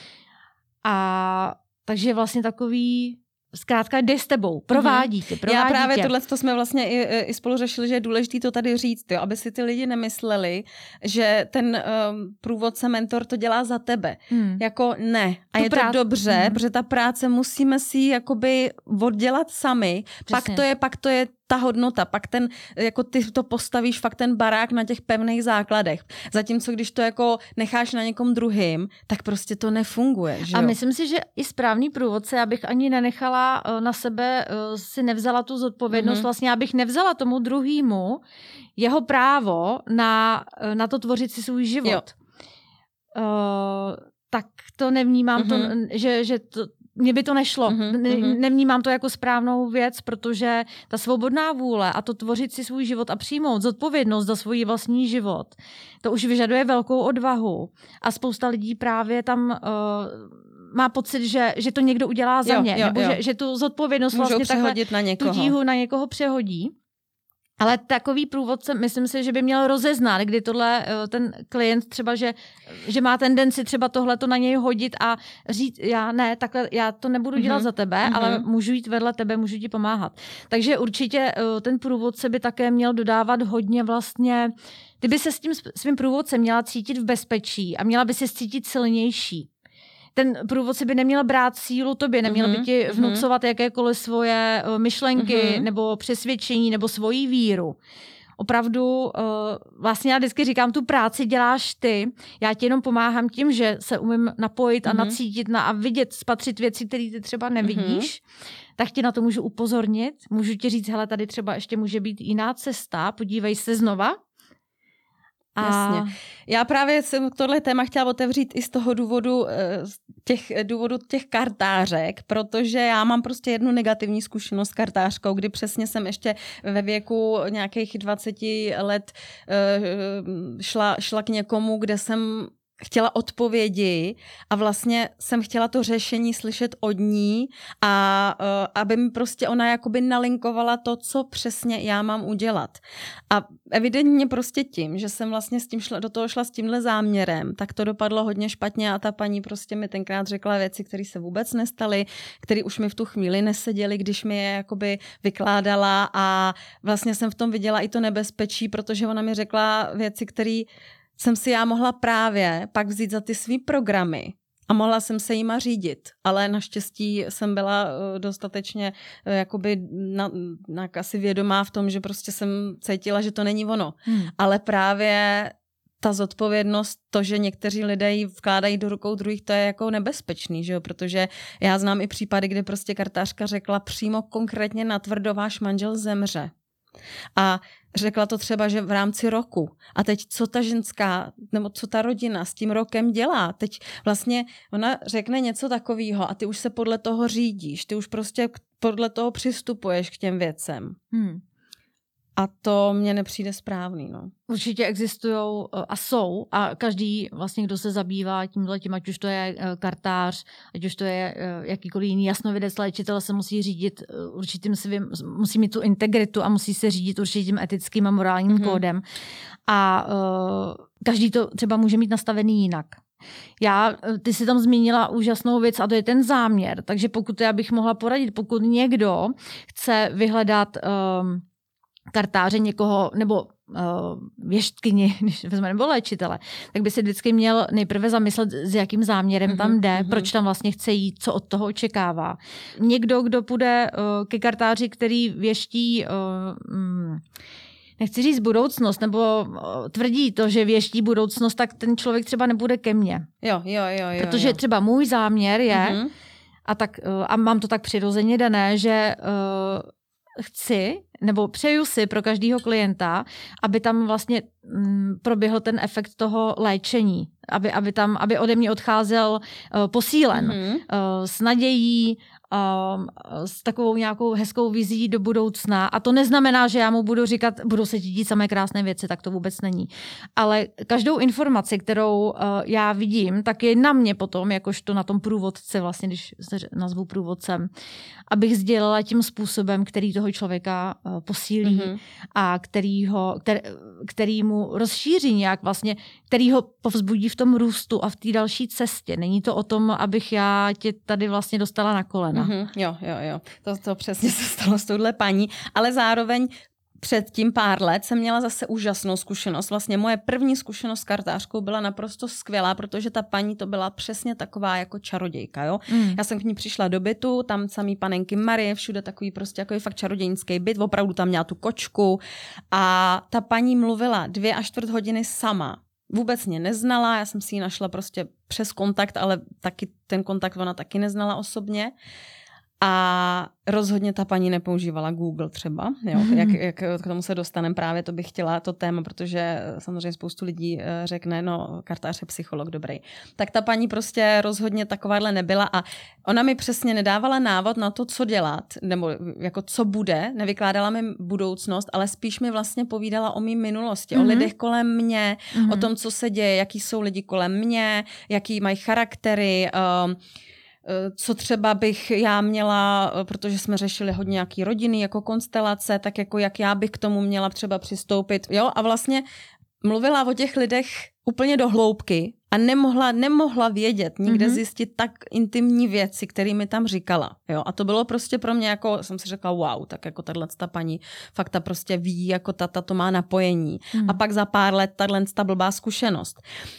A takže vlastně takový zkrátka jde s tebou, provádí tě, provádí Já právě tě. tohle to jsme vlastně i, i spolu řešili, že je důležité to tady říct, jo, aby si ty lidi nemysleli, že ten um, průvodce, mentor to dělá za tebe. Hmm. Jako ne. A tu je prá... to dobře, hmm. protože ta práce musíme si jakoby oddělat sami. Přesně. Pak to je, pak to je ta hodnota, pak ten, jako ty to postavíš fakt ten barák na těch pevných základech. Zatímco když to jako necháš na někom druhým, tak prostě to nefunguje. Že jo? A myslím si, že i správný průvodce, abych ani nenechala na sebe, si nevzala tu zodpovědnost, mm-hmm. vlastně abych nevzala tomu druhému jeho právo na, na to tvořit si svůj život. Uh, tak to nevnímám, mm-hmm. to, že, že to mně by to nešlo. Mm-hmm. Ne, nevnímám to jako správnou věc, protože ta svobodná vůle a to tvořit si svůj život a přijmout zodpovědnost za svůj vlastní život, to už vyžaduje velkou odvahu. A spousta lidí právě tam uh, má pocit, že, že to někdo udělá za jo, mě. Jo, nebo jo. Že, že tu zodpovědnost můžou vlastně takhle na někoho. tu tíhu na někoho přehodí. Ale takový průvodce, myslím si, že by měl rozeznat, kdy tohle ten klient třeba, že, že má tendenci třeba tohleto na něj hodit a říct, já ne, takhle, já to nebudu dělat mm-hmm. za tebe, mm-hmm. ale můžu jít vedle tebe, můžu ti pomáhat. Takže určitě ten průvodce by také měl dodávat hodně vlastně, ty by se s tím svým průvodcem měla cítit v bezpečí a měla by se cítit silnější. Ten průvodce by neměl brát sílu tobě, neměl mm-hmm. by ti vnucovat mm-hmm. jakékoliv svoje uh, myšlenky mm-hmm. nebo přesvědčení nebo svoji víru. Opravdu, uh, vlastně já vždycky říkám, tu práci děláš ty, já ti jenom pomáhám tím, že se umím napojit mm-hmm. a nacítit na, a vidět, spatřit věci, které ty třeba nevidíš, mm-hmm. tak ti na to můžu upozornit, můžu ti říct, hele, tady třeba ještě může být jiná cesta, podívej se znova. A... Jasně. Já právě jsem tohle téma chtěla otevřít i z toho důvodu těch, důvodu těch kartářek, protože já mám prostě jednu negativní zkušenost s kartářkou, kdy přesně jsem ještě ve věku nějakých dvaceti let šla, šla k někomu, kde jsem chtěla odpovědi a vlastně jsem chtěla to řešení slyšet od ní a uh, aby mi prostě ona jakoby nalinkovala to, co přesně já mám udělat. A evidentně prostě tím, že jsem vlastně s tím šla, do toho šla s tímhle záměrem, tak to dopadlo hodně špatně a ta paní prostě mi tenkrát řekla věci, které se vůbec nestaly, které už mi v tu chvíli neseděly, když mi je jakoby vykládala a vlastně jsem v tom viděla i to nebezpečí, protože ona mi řekla věci, které jsem si já mohla právě pak vzít za ty svý programy a mohla jsem se jima řídit, ale naštěstí jsem byla dostatečně jakoby na, na, asi vědomá v tom, že prostě jsem cítila, že to není ono. Hmm. Ale právě ta zodpovědnost, to, že někteří lidé ji vkládají do rukou druhých, to je jako nebezpečný, že jo? Protože já znám i případy, kde prostě kartářka řekla přímo konkrétně natvrdo, váš manžel zemře. A řekla to třeba, že v rámci roku. A teď co ta ženská, nebo co ta rodina s tím rokem dělá? Teď vlastně ona řekne něco takového a ty už se podle toho řídíš. Ty už prostě podle toho přistupuješ k těm věcem. Hmm. A to mně nepřijde správný, no. Určitě existují a jsou a každý vlastně, kdo se zabývá tímhletím, ať už to je kartář, ať už to je jakýkoliv jiný jasnovidec, léčitel se musí řídit určitým svým, musí mít tu integritu a musí se řídit určitým etickým a morálním mm-hmm. kódem. A uh, každý to třeba může mít nastavený jinak. Já, ty jsi tam zmínila úžasnou věc a to je ten záměr. Takže pokud já bych mohla poradit, pokud někdo chce vyhledat um, kartáře někoho, nebo uh, věštkyni, když vezme, nebo léčitele, tak by si vždycky měl nejprve zamyslet, s jakým záměrem mm-hmm, tam jde, mm-hmm. proč tam vlastně chce jít, co od toho očekává. Někdo, kdo půjde uh, ke kartáři, který věští, uh, um, nechci říct budoucnost, nebo uh, tvrdí to, že věští budoucnost, tak ten člověk třeba nebude ke mně. Jo, jo, jo. jo Protože jo. třeba můj záměr je, mm-hmm. a, tak, uh, a mám to tak přirozeně dané, že uh, chci, nebo přeju si pro každého klienta, aby tam vlastně mm, proběhl ten efekt toho léčení. Aby, aby tam, aby ode mě odcházel uh, posílen. Mm-hmm. Uh, s nadějí, uh, s takovou nějakou hezkou vizí do budoucna. A to neznamená, že já mu budu říkat, budou se dít samé krásné věci, tak to vůbec není. Ale každou informaci, kterou uh, já vidím, tak je na mě potom, jakožto na tom průvodce, vlastně, když se nazvu průvodcem, abych sdělila tím způsobem, který toho člověka uh, posílí mm-hmm. a který, ho, který, který mu rozšíří nějak vlastně, který ho povzbudí v tom růstu a v té další cestě. Není to o tom, abych já tě tady vlastně dostala na kolena. Mm-hmm. Jo, jo, jo. To, to přesně se stalo s touhle paní, ale zároveň předtím pár let jsem měla zase úžasnou zkušenost. Vlastně moje první zkušenost s kartářkou byla naprosto skvělá, protože ta paní to byla přesně taková jako čarodějka. Jo? Mm. Já jsem k ní přišla do bytu, tam samý panenky Marie, všude takový prostě jako fakt čarodějnický byt, opravdu tam měla tu kočku a ta paní mluvila dvě a čtvrt hodiny sama. Vůbec mě neznala, já jsem si ji našla prostě přes kontakt, ale taky ten kontakt ona taky neznala osobně. A rozhodně ta paní nepoužívala Google třeba, jo? Mm-hmm. Jak, jak k tomu se dostaneme, právě to bych chtěla to téma, protože samozřejmě spoustu lidí řekne, no kartář je psycholog, dobrý. Tak ta paní prostě rozhodně takováhle nebyla a ona mi přesně nedávala návod na to, co dělat, nebo jako co bude, nevykládala mi budoucnost, ale spíš mi vlastně povídala o mý minulosti, mm-hmm. o lidech kolem mě, mm-hmm. o tom, co se děje, jaký jsou lidi kolem mě, jaký mají charaktery, um, co třeba bych já měla, protože jsme řešili hodně nějaký rodiny jako konstelace, tak jako jak já bych k tomu měla třeba přistoupit. Jo? A vlastně mluvila o těch lidech úplně do hloubky a nemohla, nemohla vědět, nikde mm-hmm. zjistit tak intimní věci, které mi tam říkala. Jo? A to bylo prostě pro mě jako, jsem si řekla, wow, tak jako tato paní fakt ta prostě ví, jako tata to má napojení. Mm. A pak za pár let tato blbá zkušenost.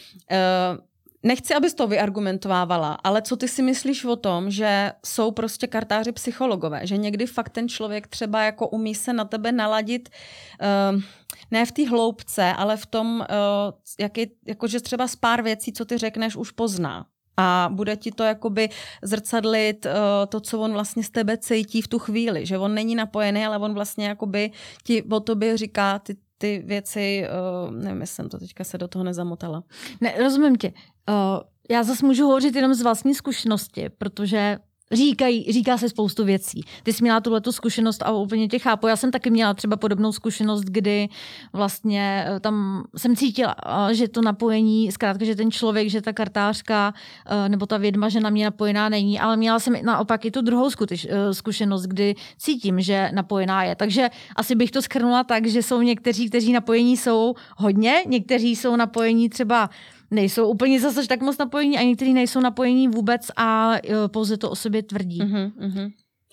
Uh, Nechci, abys to vyargumentovávala, ale co ty si myslíš o tom, že jsou prostě kartáři psychologové, že někdy fakt ten člověk třeba jako umí se na tebe naladit, uh, ne v té hloubce, ale v tom, uh, jaký, jakože třeba z pár věcí, co ty řekneš, už pozná. A bude ti to jakoby zrcadlit uh, to, co on vlastně z tebe cítí v tu chvíli, že on není napojený, ale on vlastně jakoby ti o tobě říká ty ty věci, uh, nevím, jestli jsem to teďka se do toho nezamotala. Ne, rozumím tě. Uh, já zase můžu hovořit jenom z vlastní zkušenosti, protože říkají, říká se spoustu věcí. Ty jsi měla tuhletu zkušenost a úplně tě chápu. Já jsem taky měla třeba podobnou zkušenost, kdy vlastně tam jsem cítila, že to napojení, zkrátka, že ten člověk, že ta kartářka nebo ta vědma, že na mě napojená není, ale měla jsem naopak i tu druhou zkušenost, kdy cítím, že napojená je. Takže asi bych to shrnula tak, že jsou někteří, kteří napojení jsou hodně, někteří jsou napojení třeba nejsou úplně zase tak moc napojení a někteří nejsou napojení vůbec a pouze to o sobě tvrdí. Uh-huh, uh-huh.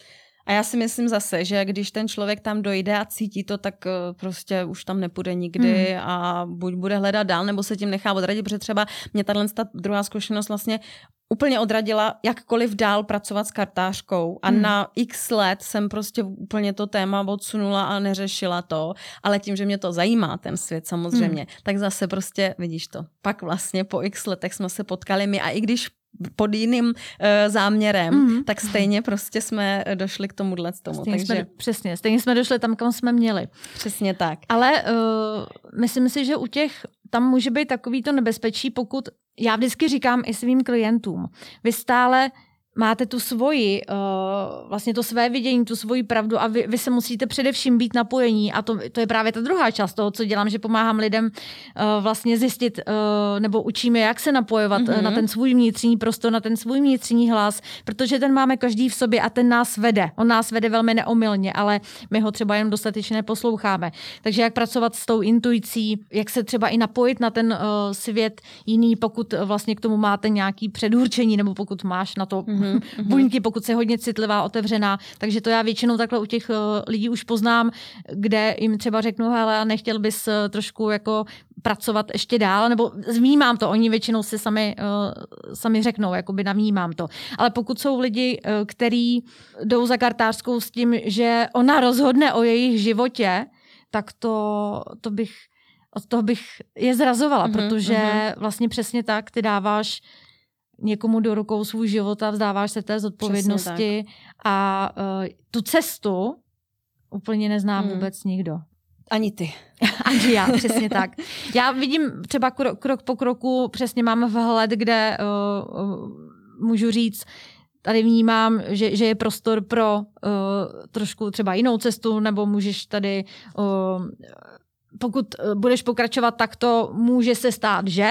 A já si myslím zase, že když ten člověk tam dojde a cítí to, tak prostě už tam nepůjde nikdy hmm. a buď bude hledat dál, nebo se tím nechá odradit, protože třeba mě tato druhá zkušenost vlastně úplně odradila jakkoliv dál pracovat s kartářkou a hmm. na x let jsem prostě úplně to téma odsunula a neřešila to, ale tím, že mě to zajímá ten svět samozřejmě, hmm. tak zase prostě, vidíš to, pak vlastně po x letech jsme se potkali my a i když pod jiným uh, záměrem, mm. tak stejně prostě jsme došli k tomuhle tomu. Stejně Takže... jsme, přesně, stejně jsme došli tam, kam jsme měli. Přesně tak. Ale uh, myslím si, že u těch, tam může být takový to nebezpečí, pokud, já vždycky říkám i svým klientům, vy stále máte tu svoji, uh, vlastně to své vidění, tu svoji pravdu a vy, vy se musíte především být napojení a to, to je právě ta druhá část toho, co dělám, že pomáhám lidem uh, vlastně zjistit uh, nebo učíme, jak se napojovat mm-hmm. uh, na ten svůj vnitřní prostor, na ten svůj vnitřní hlas, protože ten máme každý v sobě a ten nás vede. On nás vede velmi neomylně, ale my ho třeba jen dostatečně neposloucháme. Takže jak pracovat s tou intuicí, jak se třeba i napojit na ten uh, svět jiný, pokud vlastně k tomu máte nějaký předurčení nebo pokud máš na to mm-hmm. buňky, pokud se hodně citlivá, otevřená. Takže to já většinou takhle u těch uh, lidí už poznám, kde jim třeba řeknu, hele, nechtěl bys uh, trošku jako pracovat ještě dál, nebo vnímám to, oni většinou si sami, uh, sami řeknou, jakoby navnímám to. Ale pokud jsou lidi, uh, který jdou za kartářskou s tím, že ona rozhodne o jejich životě, tak to, to bych, od toho bych je zrazovala, mm-hmm, protože mm-hmm. vlastně přesně tak, ty dáváš někomu do rukou svůj život a vzdáváš se té zodpovědnosti a uh, tu cestu úplně nezná hmm. vůbec nikdo. Ani ty. Ani já, přesně tak. Já vidím třeba krok, krok po kroku, přesně mám vhled, kde uh, uh, můžu říct, tady vnímám, že, že je prostor pro uh, trošku třeba jinou cestu, nebo můžeš tady, uh, pokud budeš pokračovat takto, může se stát, že?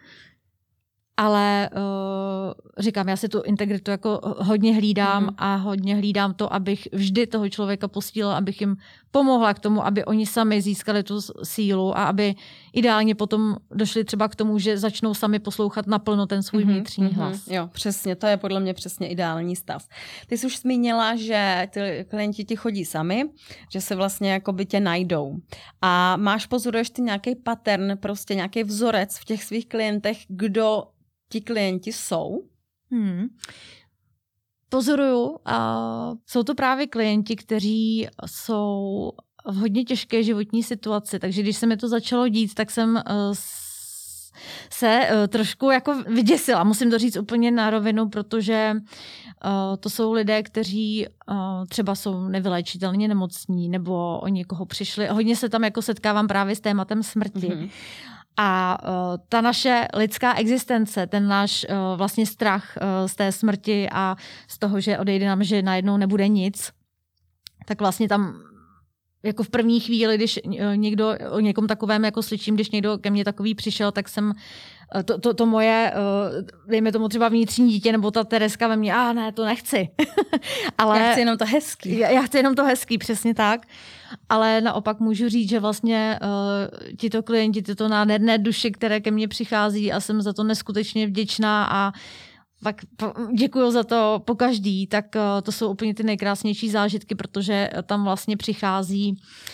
Ale uh, říkám, já si tu integritu jako hodně hlídám mm. a hodně hlídám to, abych vždy toho člověka posílila, abych jim pomohla k tomu, aby oni sami získali tu sílu a aby ideálně potom došli třeba k tomu, že začnou sami poslouchat naplno ten svůj mm-hmm, vnitřní hlas. Mm-hmm, jo, přesně, to je podle mě přesně ideální stav. Ty jsi už zmínila, že ty klienti ti chodí sami, že se vlastně jakoby tě najdou. A máš, pozoruješ ty nějaký pattern, prostě nějaký vzorec v těch svých klientech, kdo ti klienti jsou? Hmm. Pozoruju. A jsou to právě klienti, kteří jsou v hodně těžké životní situaci. Takže když se mi to začalo dít, tak jsem uh, se uh, trošku jako vyděsila. Musím to říct úplně na rovinu, protože uh, to jsou lidé, kteří uh, třeba jsou nevyléčitelně nemocní nebo o někoho přišli. Hodně se tam jako setkávám právě s tématem smrti. Mm-hmm. A uh, ta naše lidská existence, ten náš uh, vlastně strach uh, z té smrti a z toho, že odejde nám, že najednou nebude nic, tak vlastně tam jako v první chvíli, když někdo o někom takovém jako slyším, když někdo ke mně takový přišel, tak jsem to, to, to moje, dejme tomu třeba vnitřní dítě, nebo ta Tereska ve mně, a ne, to nechci. Ale já chci jenom to hezký. Já, já chci jenom to hezký, přesně tak. Ale naopak můžu říct, že vlastně uh, tito klienti, tyto nádherné duše, které ke mně přichází a jsem za to neskutečně vděčná a tak děkuju za to po každý, tak uh, to jsou úplně ty nejkrásnější zážitky, protože tam vlastně přichází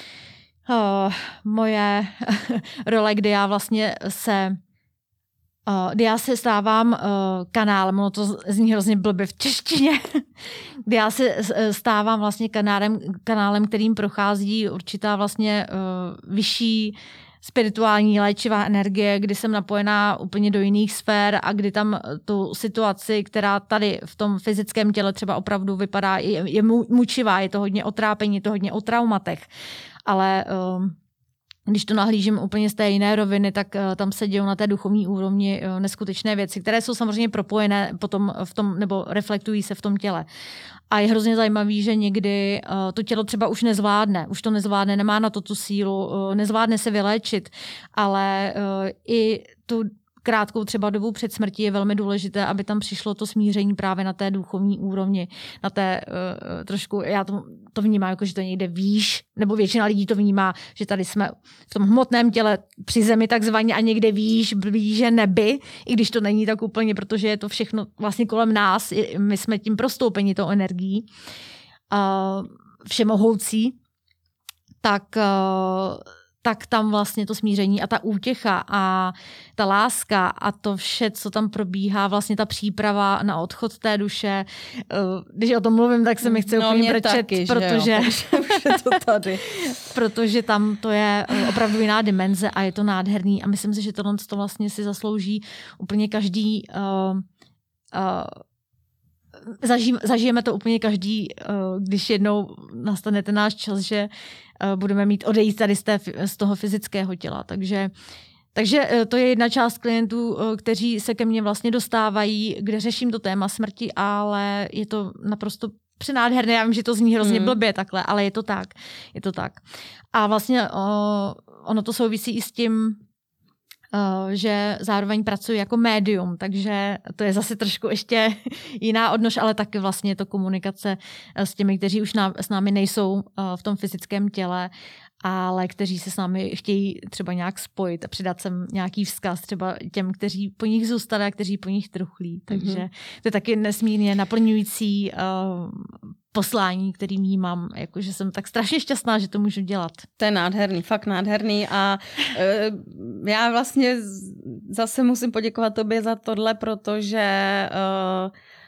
uh, moje role, kdy já vlastně se Uh, kdy já se stávám uh, kanálem, ono to zní hrozně blbě v češtině, kdy já se stávám vlastně kanálem, kanálem, kterým prochází určitá vlastně uh, vyšší spirituální léčivá energie, kdy jsem napojená úplně do jiných sfér a kdy tam tu situaci, která tady v tom fyzickém těle třeba opravdu vypadá, je, je mučivá, je to hodně o trápení, je to hodně o traumatech, ale uh, když to nahlížím úplně z té jiné roviny, tak uh, tam se dějou na té duchovní úrovni uh, neskutečné věci, které jsou samozřejmě propojené potom v tom, nebo reflektují se v tom těle. A je hrozně zajímavý, že někdy uh, to tělo třeba už nezvládne, už to nezvládne, nemá na to tu sílu, uh, nezvládne se vyléčit, ale uh, i tu krátkou třeba dobu před smrtí je velmi důležité, aby tam přišlo to smíření právě na té duchovní úrovni, na té uh, trošku, já to, to vnímám jako, že to někde výš, nebo většina lidí to vnímá, že tady jsme v tom hmotném těle při zemi takzvaně a někde výš, blíže nebi, i když to není tak úplně, protože je to všechno vlastně kolem nás, my jsme tím prostoupeni tou energií uh, všemohoucí, tak uh, tak tam vlastně to smíření a ta útěcha a ta láska a to vše, co tam probíhá, vlastně ta příprava na odchod té duše. Když o tom mluvím, tak se mi chce no, úplně brečet, taky, protože, už je to tady. protože tam to je opravdu jiná dimenze a je to nádherný a myslím si, že tohle to vlastně si zaslouží úplně každý uh, uh, Zažij, zažijeme to úplně každý, když jednou nastane ten náš čas, že budeme mít odejít tady z, té, z toho fyzického těla. Takže, takže to je jedna část klientů, kteří se ke mně vlastně dostávají, kde řeším to téma smrti, ale je to naprosto přenádherné. Já vím, že to zní hrozně mm. blbě takhle, ale je to tak. Je to tak. A vlastně ono to souvisí i s tím, že zároveň pracuji jako médium, takže to je zase trošku ještě jiná odnož, ale taky vlastně je to komunikace s těmi, kteří už s námi nejsou v tom fyzickém těle, ale kteří se s námi chtějí třeba nějak spojit a přidat sem nějaký vzkaz třeba těm, kteří po nich zůstali a kteří po nich truchlí. Takže mm-hmm. to je taky nesmírně naplňující uh, poslání, který vnímám, jakože jsem tak strašně šťastná, že to můžu dělat. To je nádherný, fakt nádherný a uh, já vlastně zase musím poděkovat tobě za tohle, protože uh,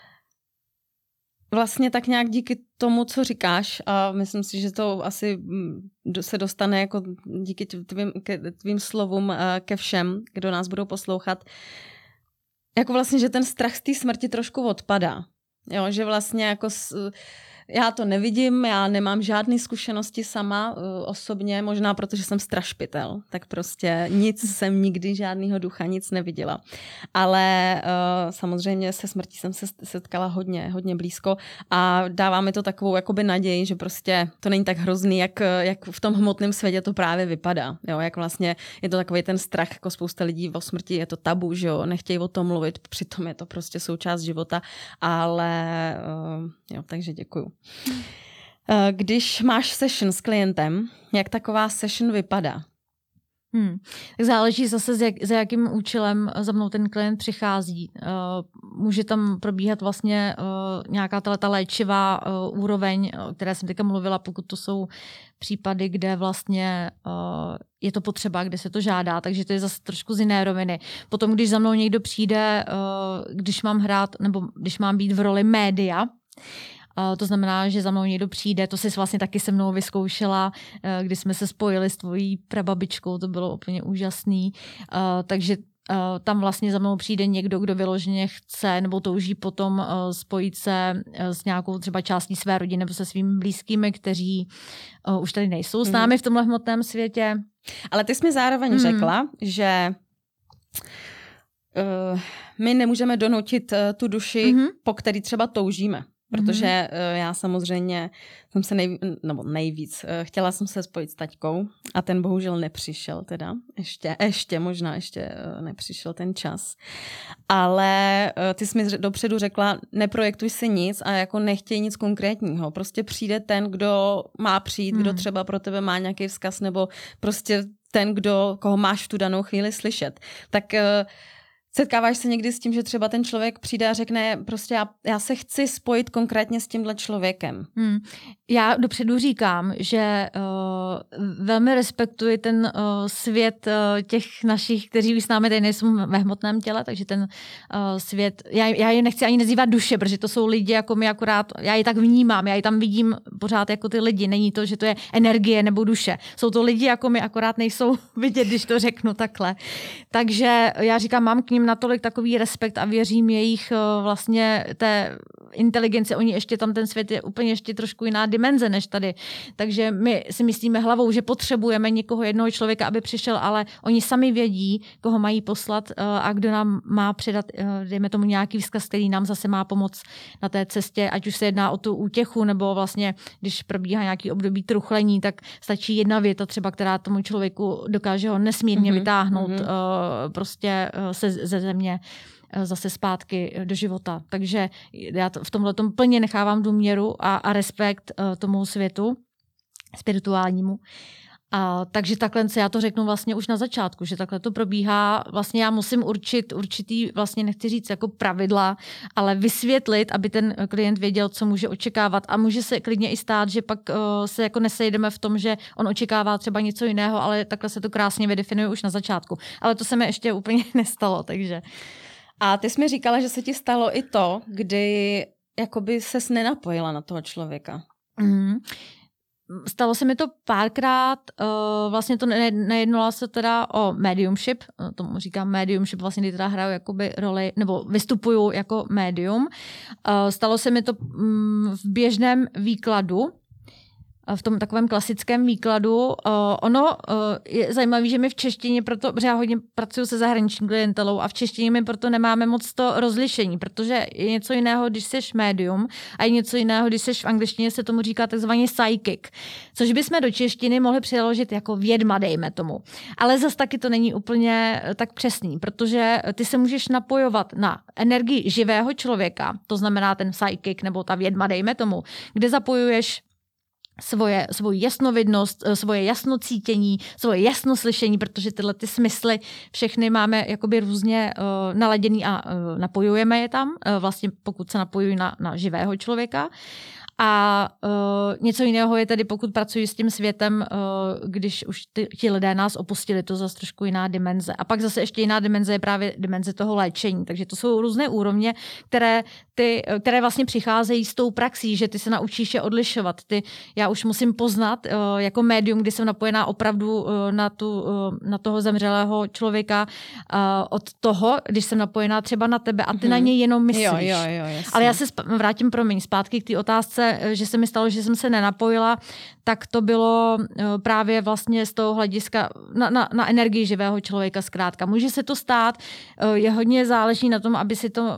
vlastně tak nějak díky tomu, co říkáš, a myslím si, že to asi se dostane jako díky tvým, tvým slovům ke všem, kdo nás budou poslouchat, jako vlastně, že ten strach z té smrti trošku odpadá. Jo, že vlastně jako s, já to nevidím, já nemám žádné zkušenosti sama uh, osobně, možná protože jsem strašpitel, tak prostě nic jsem nikdy, žádného ducha, nic neviděla. Ale uh, samozřejmě se smrtí jsem se setkala hodně, hodně blízko a dává mi to takovou jakoby naději, že prostě to není tak hrozný, jak, jak v tom hmotném světě to právě vypadá. Jo, jak vlastně je to takový ten strach, jako spousta lidí o smrti, je to tabu, že jo, nechtějí o tom mluvit, přitom je to prostě součást života, ale uh, jo, takže děkuju. Když máš session s klientem, jak taková session vypadá? Hmm. Tak záleží zase, jak, za jakým účelem za mnou ten klient přichází. Uh, může tam probíhat vlastně uh, nějaká ta léčivá uh, úroveň, o které jsem teďka mluvila, pokud to jsou případy, kde vlastně uh, je to potřeba, kde se to žádá, takže to je zase trošku z jiné roviny. Potom, když za mnou někdo přijde, uh, když mám hrát, nebo když mám být v roli média, Uh, to znamená, že za mnou někdo přijde, to jsi vlastně taky se mnou vyzkoušela, uh, kdy jsme se spojili s tvojí prababičkou, to bylo úplně úžasný. Uh, takže uh, tam vlastně za mnou přijde někdo, kdo vyloženě chce nebo touží potom uh, spojit se uh, s nějakou třeba částí své rodiny nebo se svými blízkými, kteří uh, už tady nejsou s námi mm. v tomhle hmotném světě. Ale ty jsi mi zároveň mm. řekla, že Uh, my nemůžeme donutit uh, tu duši, mm-hmm. po který třeba toužíme. Protože mm-hmm. já samozřejmě jsem se nej, nebo nejvíc, chtěla jsem se spojit s taťkou a ten bohužel nepřišel teda. Ještě, ještě možná ještě nepřišel ten čas. Ale ty jsi mi dopředu řekla, neprojektuj si nic a jako nechtěj nic konkrétního. Prostě přijde ten, kdo má přijít, mm. kdo třeba pro tebe má nějaký vzkaz nebo prostě ten, kdo, koho máš v tu danou chvíli slyšet. Tak setkáváš se někdy s tím, že třeba ten člověk přijde a řekne, prostě já, já se chci spojit konkrétně s tímhle člověkem. Hmm. Já dopředu říkám, že uh, velmi respektuji ten uh, svět uh, těch našich, kteří už s námi tady nejsou ve hmotném těle, takže ten uh, svět, já, já je nechci ani nazývat duše, protože to jsou lidi jako my akorát, já je tak vnímám, já je tam vidím pořád jako ty lidi, není to, že to je energie nebo duše. Jsou to lidi jako my, akorát nejsou vidět, když to řeknu takhle. Takže já říkám, mám k ním natolik takový respekt a věřím jejich vlastně té inteligenci. Oni ještě tam ten svět je úplně ještě trošku jiná dimenze než tady. Takže my si myslíme hlavou, že potřebujeme někoho, jednoho člověka, aby přišel, ale oni sami vědí, koho mají poslat a kdo nám má předat, dejme tomu nějaký vzkaz, který nám zase má pomoct na té cestě, ať už se jedná o tu útěchu, nebo vlastně, když probíhá nějaký období truchlení, tak stačí jedna věta třeba, která tomu člověku dokáže ho nesmírně mm-hmm. vytáhnout mm-hmm. prostě se ze země zase zpátky do života. Takže já to v tomhle tom plně nechávám důměru a, a respekt uh, tomu světu spirituálnímu. A, takže takhle se já to řeknu vlastně už na začátku, že takhle to probíhá. Vlastně já musím určit určitý, vlastně nechci říct jako pravidla, ale vysvětlit, aby ten klient věděl, co může očekávat. A může se klidně i stát, že pak uh, se jako nesejdeme v tom, že on očekává třeba něco jiného, ale takhle se to krásně vydefinuje už na začátku. Ale to se mi ještě úplně nestalo, takže... A ty jsi mi říkala, že se ti stalo i to, kdy jakoby ses nenapojila na toho člověka. Mm. Stalo se mi to párkrát, uh, vlastně to ne, nejednalo se teda o mediumship, tomu říkám mediumship, vlastně kdy teda hraju jakoby roli, nebo vystupuju jako medium. Uh, stalo se mi to um, v běžném výkladu, v tom takovém klasickém výkladu. Uh, ono uh, je zajímavé, že my v češtině, proto, protože já hodně pracuji se zahraniční klientelou a v češtině my proto nemáme moc to rozlišení, protože je něco jiného, když jsi médium a je něco jiného, když jsi v angličtině se tomu říká takzvaný psychic, což bychom do češtiny mohli přeložit jako vědma, dejme tomu. Ale zas taky to není úplně tak přesný, protože ty se můžeš napojovat na energii živého člověka, to znamená ten psychic nebo ta vědma, dejme tomu, kde zapojuješ svoje, svoji jasnovidnost, svoje jasnocítění, svoje jasnoslyšení, protože tyhle ty smysly všechny máme jakoby různě uh, naladěný a uh, napojujeme je tam, uh, vlastně pokud se napojují na, na živého člověka. A uh, něco jiného je tedy, pokud pracuji s tím světem, uh, když už ty, ti lidé nás opustili, to zase trošku jiná dimenze. A pak zase ještě jiná dimenze je právě dimenze toho léčení. Takže to jsou různé úrovně, které, ty, které vlastně přicházejí s tou praxí, že ty se naučíš je odlišovat. Ty, já už musím poznat uh, jako médium, kdy jsem napojená opravdu uh, na, tu, uh, na toho zemřelého člověka uh, od toho, když jsem napojená třeba na tebe a ty mm-hmm. na něj jenom myslíš. Jo, jo, jo, ale já se sp- vrátím, promiň, zpátky k té otázce, že se mi stalo, že jsem se nenapojila, tak to bylo právě vlastně z toho hlediska na, na, na energii živého člověka zkrátka. Může se to stát, je hodně záleží na tom, aby si to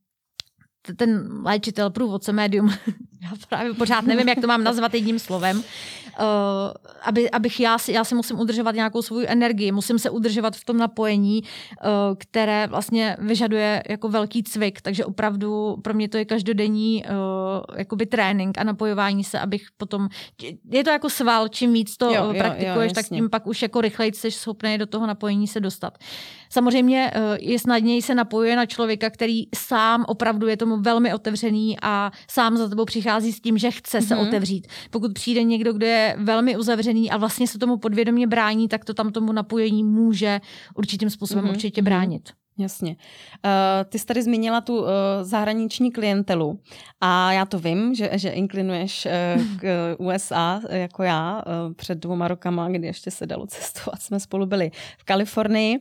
ten léčitel, průvodce, médium, já právě pořád nevím, jak to mám nazvat jedním slovem, uh, aby, abych já si, já si musím udržovat nějakou svou energii, musím se udržovat v tom napojení, uh, které vlastně vyžaduje jako velký cvik, takže opravdu pro mě to je každodenní uh, jakoby trénink a napojování se, abych potom, je to jako sval, čím víc to jo, praktikuješ, jo, tak tím pak už jako rychleji jsi schopný do toho napojení se dostat. Samozřejmě uh, je snadněji se napojuje na člověka, který sám opravdu je tomu velmi otevřený a sám za tebou přichází s tím, že chce mm-hmm. se otevřít. Pokud přijde někdo, kdo je velmi uzavřený a vlastně se tomu podvědomě brání, tak to tam tomu napojení může určitým způsobem mm-hmm. určitě bránit. Jasně. Uh, ty jsi tady zmínila tu uh, zahraniční klientelu a já to vím, že, že inklinuješ uh, k U S A jako já uh, před dvěma rokama, kdy ještě se dalo cestovat, jsme spolu byli v Kalifornii.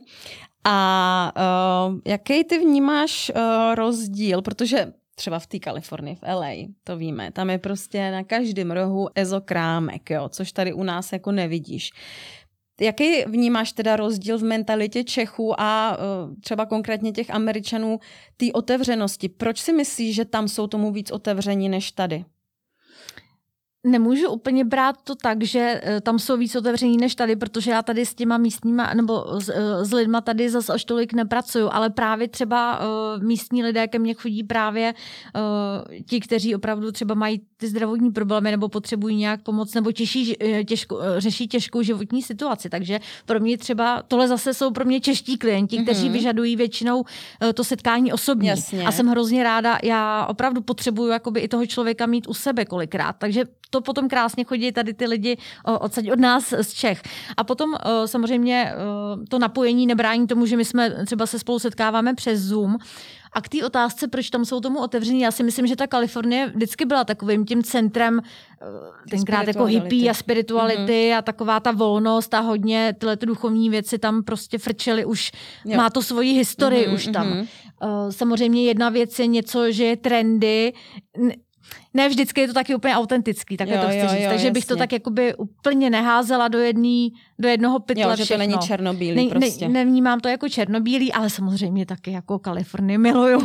A uh, jaký ty vnímáš uh, rozdíl, protože třeba v té Kalifornii, v L A, to víme, tam je prostě na každém rohu ezokrámek, jo, což tady u nás jako nevidíš. Jaký vnímáš teda rozdíl v mentalitě Čechů a uh, třeba konkrétně těch Američanů té otevřenosti? Proč si myslíš, že tam jsou tomu víc otevření než tady? Nemůžu úplně brát to tak, že tam jsou víc otevření než tady, protože já tady s těma místníma nebo s, s lidma tady zase až tolik nepracuju, ale právě třeba uh, místní lidé ke mně chodí právě uh, ti, kteří opravdu třeba mají ty zdravotní problémy nebo potřebují nějak pomoc nebo těžší, těžko, řeší těžkou životní situaci. Takže pro mě třeba, tohle zase jsou pro mě čeští klienti, mm-hmm. kteří vyžadují většinou uh, to setkání osobní. Jasně. A jsem hrozně ráda, já opravdu potřebuju jakoby i toho člověka mít u sebe kolikrát. Takže to potom krásně chodí tady ty lidi odsaď od nás z Čech. A potom samozřejmě to napojení nebrání tomu, že my jsme třeba se spolu setkáváme přes Zoom. A k té otázce, proč tam jsou tomu otevření, já si myslím, že ta Kalifornie vždycky byla takovým tím centrem tenkrát jako hippie a spirituality mm-hmm. a taková ta volnost a hodně tyhle ty duchovní věci tam prostě frčely už, jo. Má to svoji historii mm-hmm, už tam. Mm-hmm. Samozřejmě jedna věc je něco, že je trendy, ne vždycky je to taky úplně autentický, takhle jo, to chci jo, říct. Jo, takže jasně. bych to tak jakoby úplně neházela do, jedný, do jednoho pytle jo, že všechno. To není černobílý ne, prostě. Ne, nevnímám to jako černobílý, ale samozřejmě taky jako Kalifornii miluju.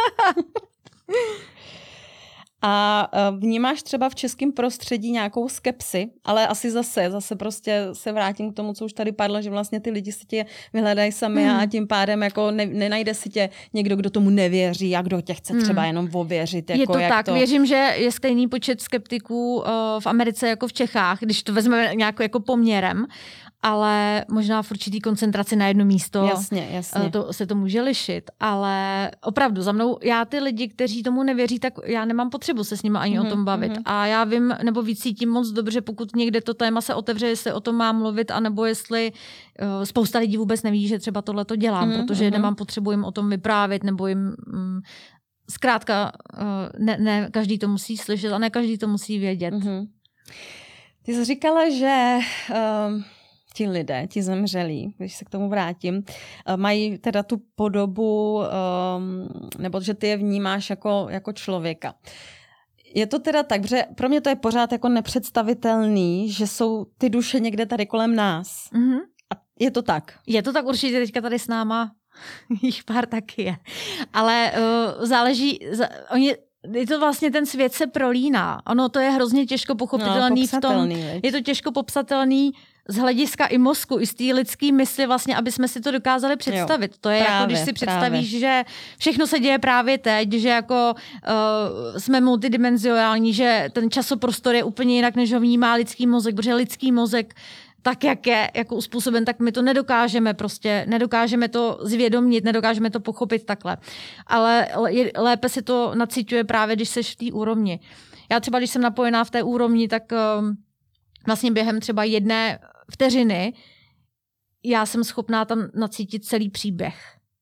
A vnímáš třeba v českém prostředí nějakou skepsi, ale asi zase, zase prostě se vrátím k tomu, co už tady padlo, že vlastně ty lidi si tě vyhledají sami hmm. a tím pádem jako ne, nenajde si tě někdo, kdo tomu nevěří a kdo tě chce třeba hmm. jenom ověřit. Jako je to jak tak, to... věřím, že je stejný počet skeptiků uh, v Americe jako v Čechách, když to vezmeme nějak jako poměrem, ale možná v určitý koncentraci na jedno místo jasně, jasně. To, se to může lišit. Ale opravdu za mnou, já ty lidi, kteří tomu nevěří, tak já nemám potřebu se s nimi ani mm-hmm, o tom bavit. Mm-hmm. A já vím, nebo víc cítím moc dobře, pokud někde to téma se otevře, jestli o tom mám mluvit, anebo jestli uh, spousta lidí vůbec neví, že třeba tohle to dělám, mm-hmm, protože mm-hmm. nemám potřebu jim o tom vyprávět, nebo jim... Mm, zkrátka, uh, ne, ne každý to musí slyšet a ne každý to musí vědět. Mm-hmm. Ty jsi říkala, že... Um... ti lidé, ti zemřelí, když se k tomu vrátím, mají teda tu podobu, nebo že ty je vnímáš jako, jako člověka. Je to teda tak, že pro mě to je pořád jako nepředstavitelný, že jsou ty duše někde tady kolem nás. Mm-hmm. A je to tak? Je to tak určitě, teďka tady s náma jich pár taky je. Ale uh, záleží, za, oni je to vlastně ten svět se prolíná. Ono to je hrozně těžko pochopitelný no, v tom. Veď. Je to těžko popsatelný z hlediska i mozku, i z té lidské mysli vlastně, aby jsme si to dokázali představit. Jo, to je právě, jako, když si představíš, právě. Že všechno se děje právě teď, že jako uh, jsme multidimenzionální, že ten časoprostor je úplně jinak, než ho vnímá lidský mozek, protože lidský mozek tak, jak je jako uspůsoben, tak my to nedokážeme prostě, nedokážeme to zvědomit, nedokážeme to pochopit takhle. Ale je, lépe si to nacíťuje právě, když seš v té úrovni. Já třeba, když jsem napojená v té úrovni, tak um, vlastně během třeba jedné vteřiny já jsem schopná tam nacítit celý příběh.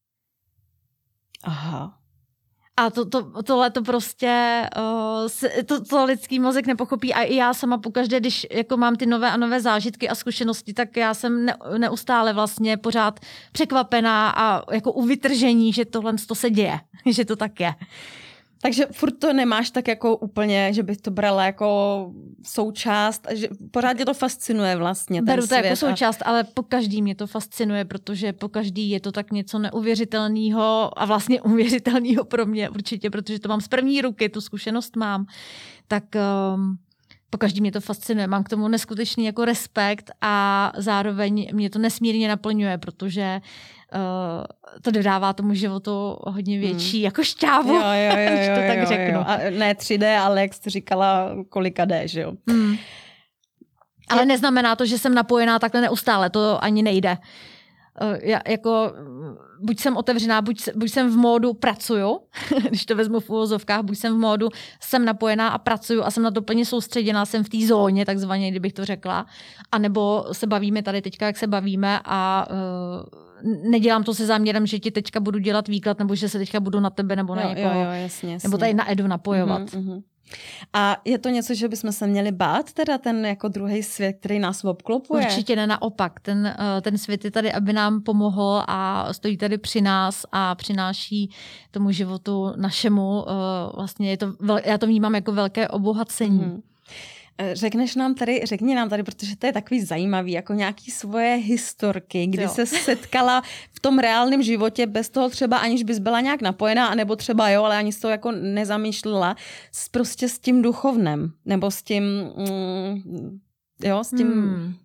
Aha. A to, to, tohle to prostě, uh, to, to lidský mozek nepochopí a i já sama pokaždé, když jako mám ty nové a nové zážitky a zkušenosti, tak já jsem ne, neustále vlastně pořád překvapená a jako u vytržení, že tohle to se děje, že to tak je. Takže furt to nemáš tak jako úplně, že bych to brala jako součást, že pořád tě to fascinuje vlastně ten Beru to svět jako součást, a... ale po každý mě to fascinuje, protože po každý je to tak něco neuvěřitelného a vlastně uvěřitelného pro mě určitě, protože to mám z první ruky, tu zkušenost mám, tak um, po každý mě to fascinuje. Mám k tomu neskutečný jako respekt a zároveň mě to nesmírně naplňuje, protože Uh, to dodává tomu životu hodně větší hmm. jako šťávu, jo, jo, jo, když to jo, tak jo, řeknu. Jo. A ne tři dé, ale jak jsi říkala, kolika dé, že jo? Hmm. Ale je... neznamená to, že jsem napojená takhle neustále, to ani nejde. Uh, já, jako, buď jsem otevřená, buď, buď jsem v módu pracuju, když to vezmu v uvozovkách, buď jsem v módu, jsem napojená a pracuju a jsem na to plně soustředěná, jsem v té zóně, takzvaně, kdybych to řekla. A nebo se bavíme tady teďka, jak se bavíme a uh, nedělám to se záměrem, že ti teďka budu dělat výklad, nebo že se teďka budu na tebe nebo na jo, někoho, jo, jo, jasně, jasně. nebo tady na Edu napojovat. Mm-hmm, mm-hmm. A je to něco, že bychom se měli bát, teda ten jako druhý svět, který nás obklopuje? Určitě ne, naopak. Ten, ten svět je tady, aby nám pomohl a stojí tady při nás a přináší tomu životu našemu. Vlastně je to, já to vnímám jako velké obohacení. Mm-hmm. Řekneš nám tady, řekni nám tady, protože to je takový zajímavý, jako nějaký svoje historky, kdy se setkala v tom reálném životě bez toho třeba, aniž bys byla nějak napojená, anebo třeba jo, ale ani s toho jako nezamýšlela, s, prostě s tím duchovnem, nebo s tím, mm, jo, s tím... Hmm.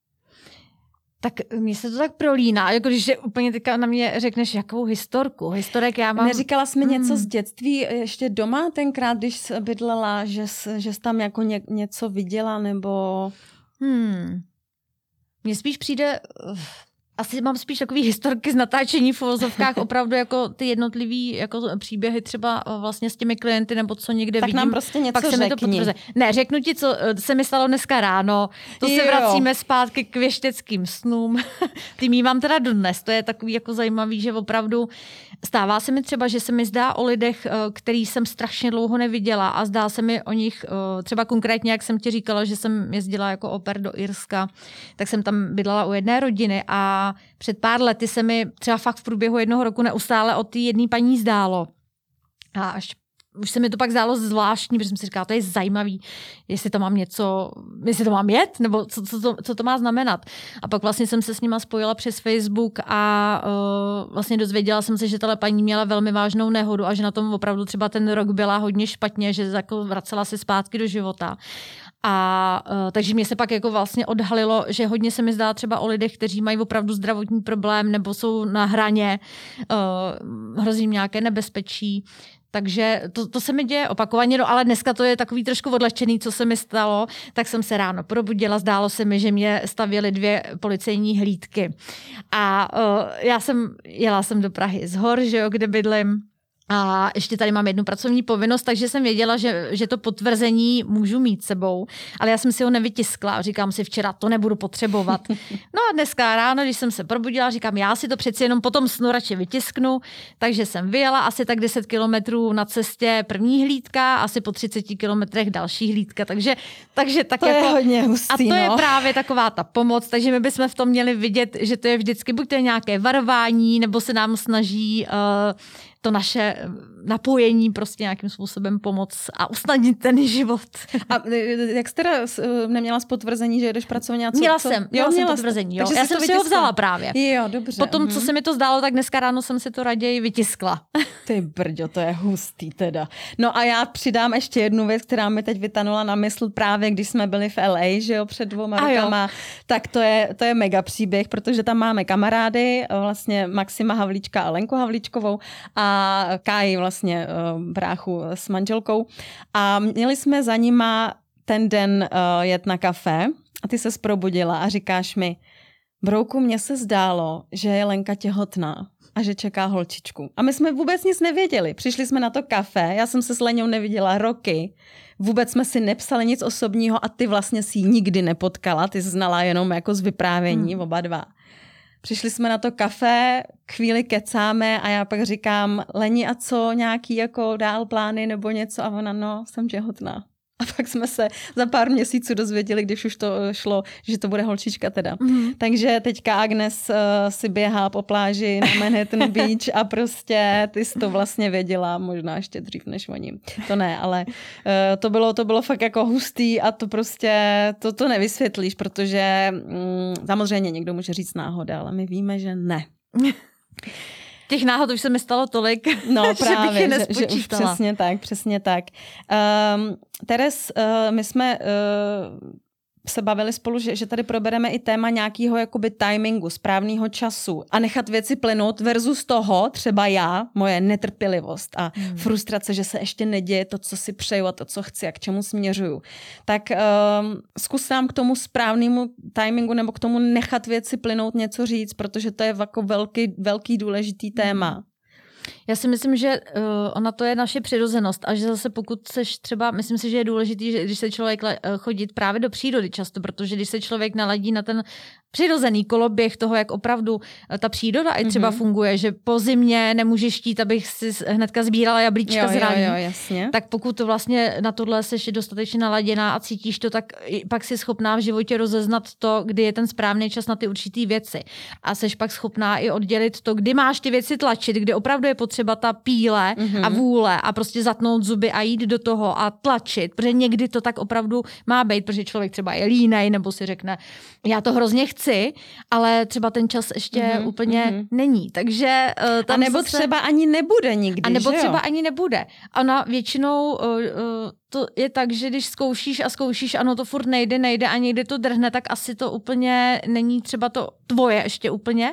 Tak mně se to tak prolíná, jako když je úplně teďka na mě řekneš, jakou historku. Historek já mám... Neříkala jsi mi hmm. něco z dětství ještě doma tenkrát, když jsi bydlela, že jsi, že jsi tam jako ně, něco viděla, nebo... Hmm. Mně spíš přijde... Asi mám spíš takový historky z natáčení v uvozovkách, opravdu jako ty jednotlivý jako příběhy třeba vlastně s těmi klienty, nebo co někde tak vidím. Tak nám prostě něco pak se řekni. Mi to potvrzuje. Ne, řeknu ti, co se mi stalo dneska ráno. To jo. Se vracíme zpátky k věšteckým snům. Ty mívám teda dodnes. To je takový jako zajímavý, že opravdu stává se mi třeba, že se mi zdá o lidech, který jsem strašně dlouho neviděla a zdá se mi o nich třeba konkrétně, jak jsem ti říkala, že jsem jezdila jako oper do Irska, tak jsem tam bydlela u jedné rodiny a před pár lety se mi třeba fakt v průběhu jednoho roku neustále od té jedné paní zdálo. A až už se mi to pak zdálo zvláštní, protože jsem si říkala, to je zajímavý, jestli to mám něco, jestli to mám jet, nebo co, co, to, co to má znamenat. A pak vlastně jsem se s nima spojila přes Facebook a uh, vlastně dozvěděla jsem se, že tahle paní měla velmi vážnou nehodu a že na tom opravdu třeba ten rok byla hodně špatně, že jako vracela se zpátky do života. A uh, takže mě se pak jako vlastně odhalilo, že hodně se mi zdá třeba o lidech, kteří mají opravdu zdravotní problém nebo jsou na hraně, uh, hrozí jim nějaké nebezpečí. Takže to, to se mi děje opakovaně, no ale dneska to je takový trošku odlehčený, co se mi stalo, tak jsem se ráno probudila, zdálo se mi, že mě stavěly dvě policejní hlídky. A uh, já jsem, jela jsem do Prahy z hor, že jo, kde bydlím. A ještě tady mám jednu pracovní povinnost, takže jsem věděla, že, že to potvrzení můžu mít sebou, ale já jsem si ho nevytiskla. Říkám si včera, to nebudu potřebovat. No a dneska ráno, když jsem se probudila, říkám, já si to přeci jenom potom snu radši vytisknu, takže jsem vyjela asi tak deset kilometrů na cestě první hlídka, asi po třiceti kilometrech další hlídka, takže, takže tak to jako... je hodně hustý, a to no. je právě taková ta pomoc, takže my bychom v tom měli vidět, že to je vždycky buď to je nějaké varování, nebo se nám snaží... Uh, to naše napojení prostě nějakým způsobem pomoct a usnadnit ten život. A jak jsi teda neměla z potvrzení, že jedeš pracovně? Co, měla co? jsem, měla jo, jsem potvrzení. Jo. Já jsem si ho vzala právě. Jo, dobře. Potom, mhm. co se mi to zdálo, tak dneska ráno jsem si to raději vytiskla. Ty brďo, to je hustý teda. No a já přidám ještě jednu věc, která mi teď vytanula na mysl právě, když jsme byli v L A, že jo, před dvoma rokama. Tak to je, to je mega příběh, protože tam máme kamarády, vlastně Maxima Havlíčka a Lenku Havlíčkovou a Káji vlastně bráchu s manželkou. A měli jsme za nima ten den jet na kafe a ty ses probudila a říkáš mi, Brouku, mně se zdálo, že je Lenka těhotná a že čeká holčičku. A my jsme vůbec nic nevěděli. Přišli jsme na to kafe, já jsem se s Leňou neviděla roky, vůbec jsme si nepsali nic osobního a ty vlastně si ji nikdy nepotkala, ty jsi znala jenom jako z vyprávění, hmm. oba dva. Přišli jsme na to kafe, chvíli kecáme a já pak říkám, Leni, a co, nějaký jako dál plány nebo něco? A ona, no, jsem těhotná. A pak jsme se za pár měsíců dozvěděli, když už to šlo, že to bude holčička teda. Mm-hmm. Takže teďka Agnes uh, si běhá po pláži na Manhattan Beach a prostě ty jsi to vlastně věděla, možná ještě dřív než oni. To ne, ale uh, to bylo, to bylo fakt jako hustý a to prostě, to, to nevysvětlíš, protože um, samozřejmě někdo může říct náhoda, ale my víme, že ne. Těch náhod už se mi stalo tolik, no, právě, že bych je nespočítala. Že, že už přesně tak, přesně tak. Um, Teres, uh, my jsme uh, se bavili spolu, že, že tady probereme i téma nějakého jakoby timingu, správného času a nechat věci plynout versus toho, třeba já, moje netrpělivost a hmm. frustrace, že se ještě neděje to, co si přeju a to, co chci a k čemu směřuju. Tak um, zkus nám k tomu správnému timingu nebo k tomu nechat věci plynout něco říct, protože to je jako velký, velký důležitý téma. Já si myslím, že uh, ona to je naše přirozenost a že zase pokud seš třeba, myslím si, že je důležitý, že když se člověk le, chodit právě do přírody často, protože když se člověk naladí na ten přirozený koloběh toho, jak opravdu ta příroda i třeba mm-hmm. funguje, že po zimě nemůžeš chtít, abych si hnedka sbírala jablíčka z raní. Jo, jo, jasně. Tak pokud to vlastně na tohle seš dostatečně naladěná a cítíš to, tak pak si schopná v životě rozeznat to, kdy je ten správný čas na ty určitý věci. A seš pak schopná i oddělit to, kdy máš ty věci tlačit, kdy opravdu je potřeba ta píle mm-hmm. a vůle a prostě zatnout zuby a jít do toho a tlačit, protože někdy to tak opravdu má být, protože člověk třeba je línej nebo si řekne, já to hrozně chci, ale třeba ten čas ještě mm-hmm, úplně mm-hmm. není. Takže uh, tam a nebo zase... třeba ani nebude nikdy, A nebo že třeba jo? ani nebude. Ona většinou uh, uh, to je tak, že když zkoušíš a zkoušíš, ano, to furt nejde, nejde a někdy to drhne, tak asi to úplně není třeba to tvoje ještě úplně.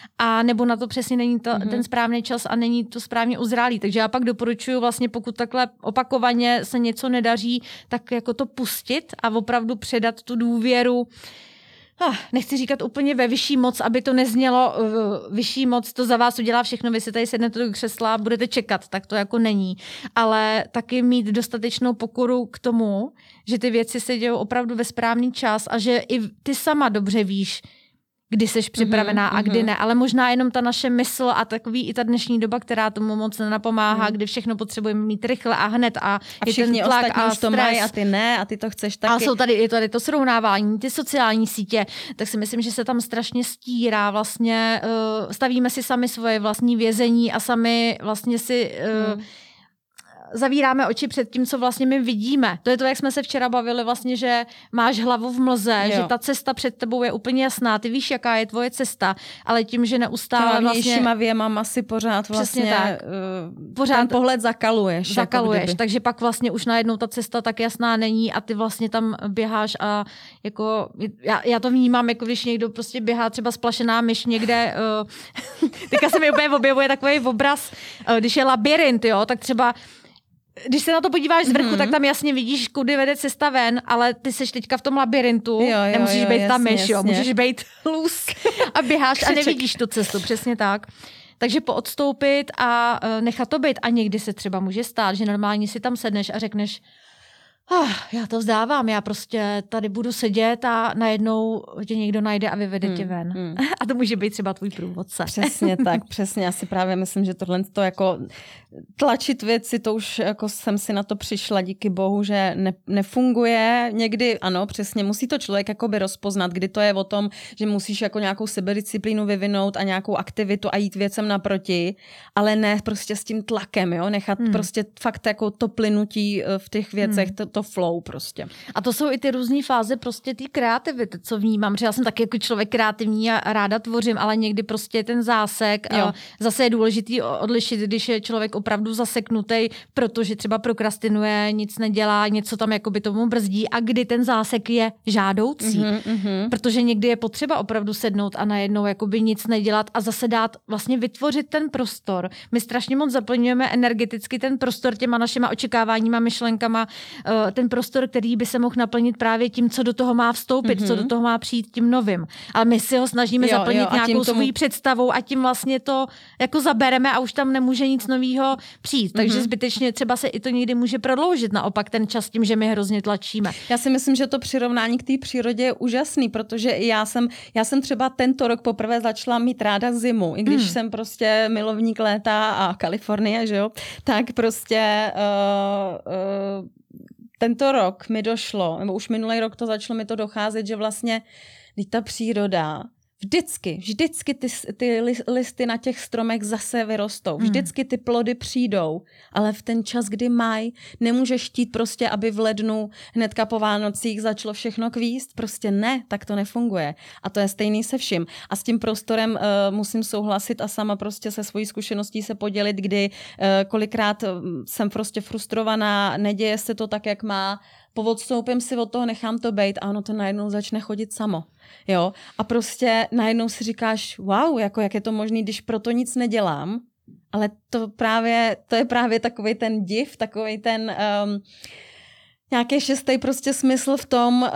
A nebo na to přesně není to, mm-hmm. ten správný čas a není to správně uzrálý. Takže já pak doporučuji vlastně, pokud takhle opakovaně se něco nedaří, tak jako to pustit a opravdu předat tu důvěru. Ah, nechci říkat úplně ve vyšší moc, aby to neznělo uh, vyšší moc, to za vás udělá všechno, vy si tady sednete do křesla a budete čekat, tak to jako není. Ale taky mít dostatečnou pokoru k tomu, že ty věci se dějou opravdu ve správný čas a že i ty sama dobře víš, kdy jsi připravená mm-hmm, a kdy ne. Ale možná jenom ta naše mysl a takový i ta dnešní doba, která tomu moc nenapomáhá, mm. kdy všechno potřebujeme mít rychle a hned a, a je ten tlak a stres. To mají a ty ne a ty to chceš taky. A jsou tady, je tady to srovnávání, ty sociální sítě, tak si myslím, že se tam strašně stírá vlastně, uh, stavíme si sami svoje vlastní vězení a sami vlastně si... Uh, mm. zavíráme oči před tím, co vlastně my vidíme. To je to, jak jsme se včera bavili vlastně, že máš hlavu v mlze, jo. že ta cesta před tebou je úplně jasná, ty víš, jaká je tvoje cesta, ale tím, že neustále vlastně... věmama asi pořád vlastně tak. Uh, pořád ten pohled zakaluješ. Zakaluješ, jako takže pak vlastně už najednou ta cesta tak jasná není a ty vlastně tam běháš a jako, já, já to vnímám, jako když někdo prostě běhá třeba splašená myš někde, uh, teďka se mi úplně objevuje takový obraz, uh, když je labirint, jo, tak třeba když se na to podíváš z vrchu, mm-hmm. tak tam jasně vidíš, kudy vede cesta ven, ale ty seš teďka v tom labirintu, jo, jo, nemusíš jo, být jasně, ta myš, jo, můžeš být lůz a běháš a nevidíš tu cestu, přesně tak. Takže poodstoupit a nechat to být. A někdy se třeba může stát, že normálně si tam sedneš a řekneš, ah, já to vzdávám, já prostě tady budu sedět a najednou tě někdo najde a vyvede hmm, tě ven. Hmm. A to může být třeba tvůj průvodce. Přesně tak, přesně. Já si právě myslím, že tohle to jako tlačit věci, to už jako jsem si na to přišla, díky bohu, že ne, nefunguje. Někdy, ano, přesně, musí to člověk jakoby rozpoznat, kdy to je o tom, že musíš jako nějakou sebedisciplínu vyvinout a nějakou aktivitu a jít věcem naproti, ale ne prostě s tím tlakem, jo, nechat hmm. prostě fakt jako to plynutí v těch věcech, hmm. to, to flow prostě. A to jsou i ty různý fáze prostě té kreativity, co vnímám, že já jsem taky jako člověk kreativní a ráda tvořím, ale někdy prostě ten zásek, a zase je důležitý odlišit, když je člověk opravdu zaseknutý, protože třeba prokrastinuje, nic nedělá, něco tam jakoby tomu brzdí a kdy ten zásek je žádoucí. Mm-hmm, mm-hmm. Protože někdy je potřeba opravdu sednout a najednou jakoby nic nedělat a zase dát vlastně vytvořit ten prostor. My strašně moc zaplňujeme energeticky ten prostor těma našima očekáváníma, myšlenkama, ten prostor, který by se mohl naplnit právě tím, co do toho má vstoupit, mm-hmm. co do toho má přijít tím novým. Ale my si ho snažíme jo, zaplnit jo, nějakou tomu... svojí představou a tím vlastně to jako zabereme a už tam nemůže nic nového přijít. Mm-hmm. Takže zbytečně třeba se i to někdy může prodloužit naopak ten čas tím, že my hrozně tlačíme. Já si myslím, že to přirovnání k té přírodě je úžasný, protože já jsem, já jsem třeba tento rok poprvé začala mít ráda zimu, i když mm. jsem prostě milovník léta a Kalifornie, že jo, tak prostě uh, uh, tento rok mi došlo, nebo už minulý rok to začalo mi to docházet, že vlastně ta příroda vždycky, vždycky ty, ty listy na těch stromech zase vyrostou. Vždycky ty plody přijdou, ale v ten čas, kdy mají, nemůžeš chtít prostě, aby v lednu hnedka po Vánocích začalo všechno kvíst. Prostě ne, tak to nefunguje. A to je stejný se vším. A s tím prostorem uh, musím souhlasit a sama prostě se svojí zkušeností se podělit, kdy uh, kolikrát jsem prostě frustrovaná, neděje se to tak, jak má, poodstoupím si od toho, nechám to bejt a ono to najednou začne chodit samo. Jo? A prostě najednou si říkáš, wow, jako jak je to možný, když proto nic nedělám, ale to právě, to je právě takový ten div, takový ten um, nějaký šestý prostě smysl v tom, uh,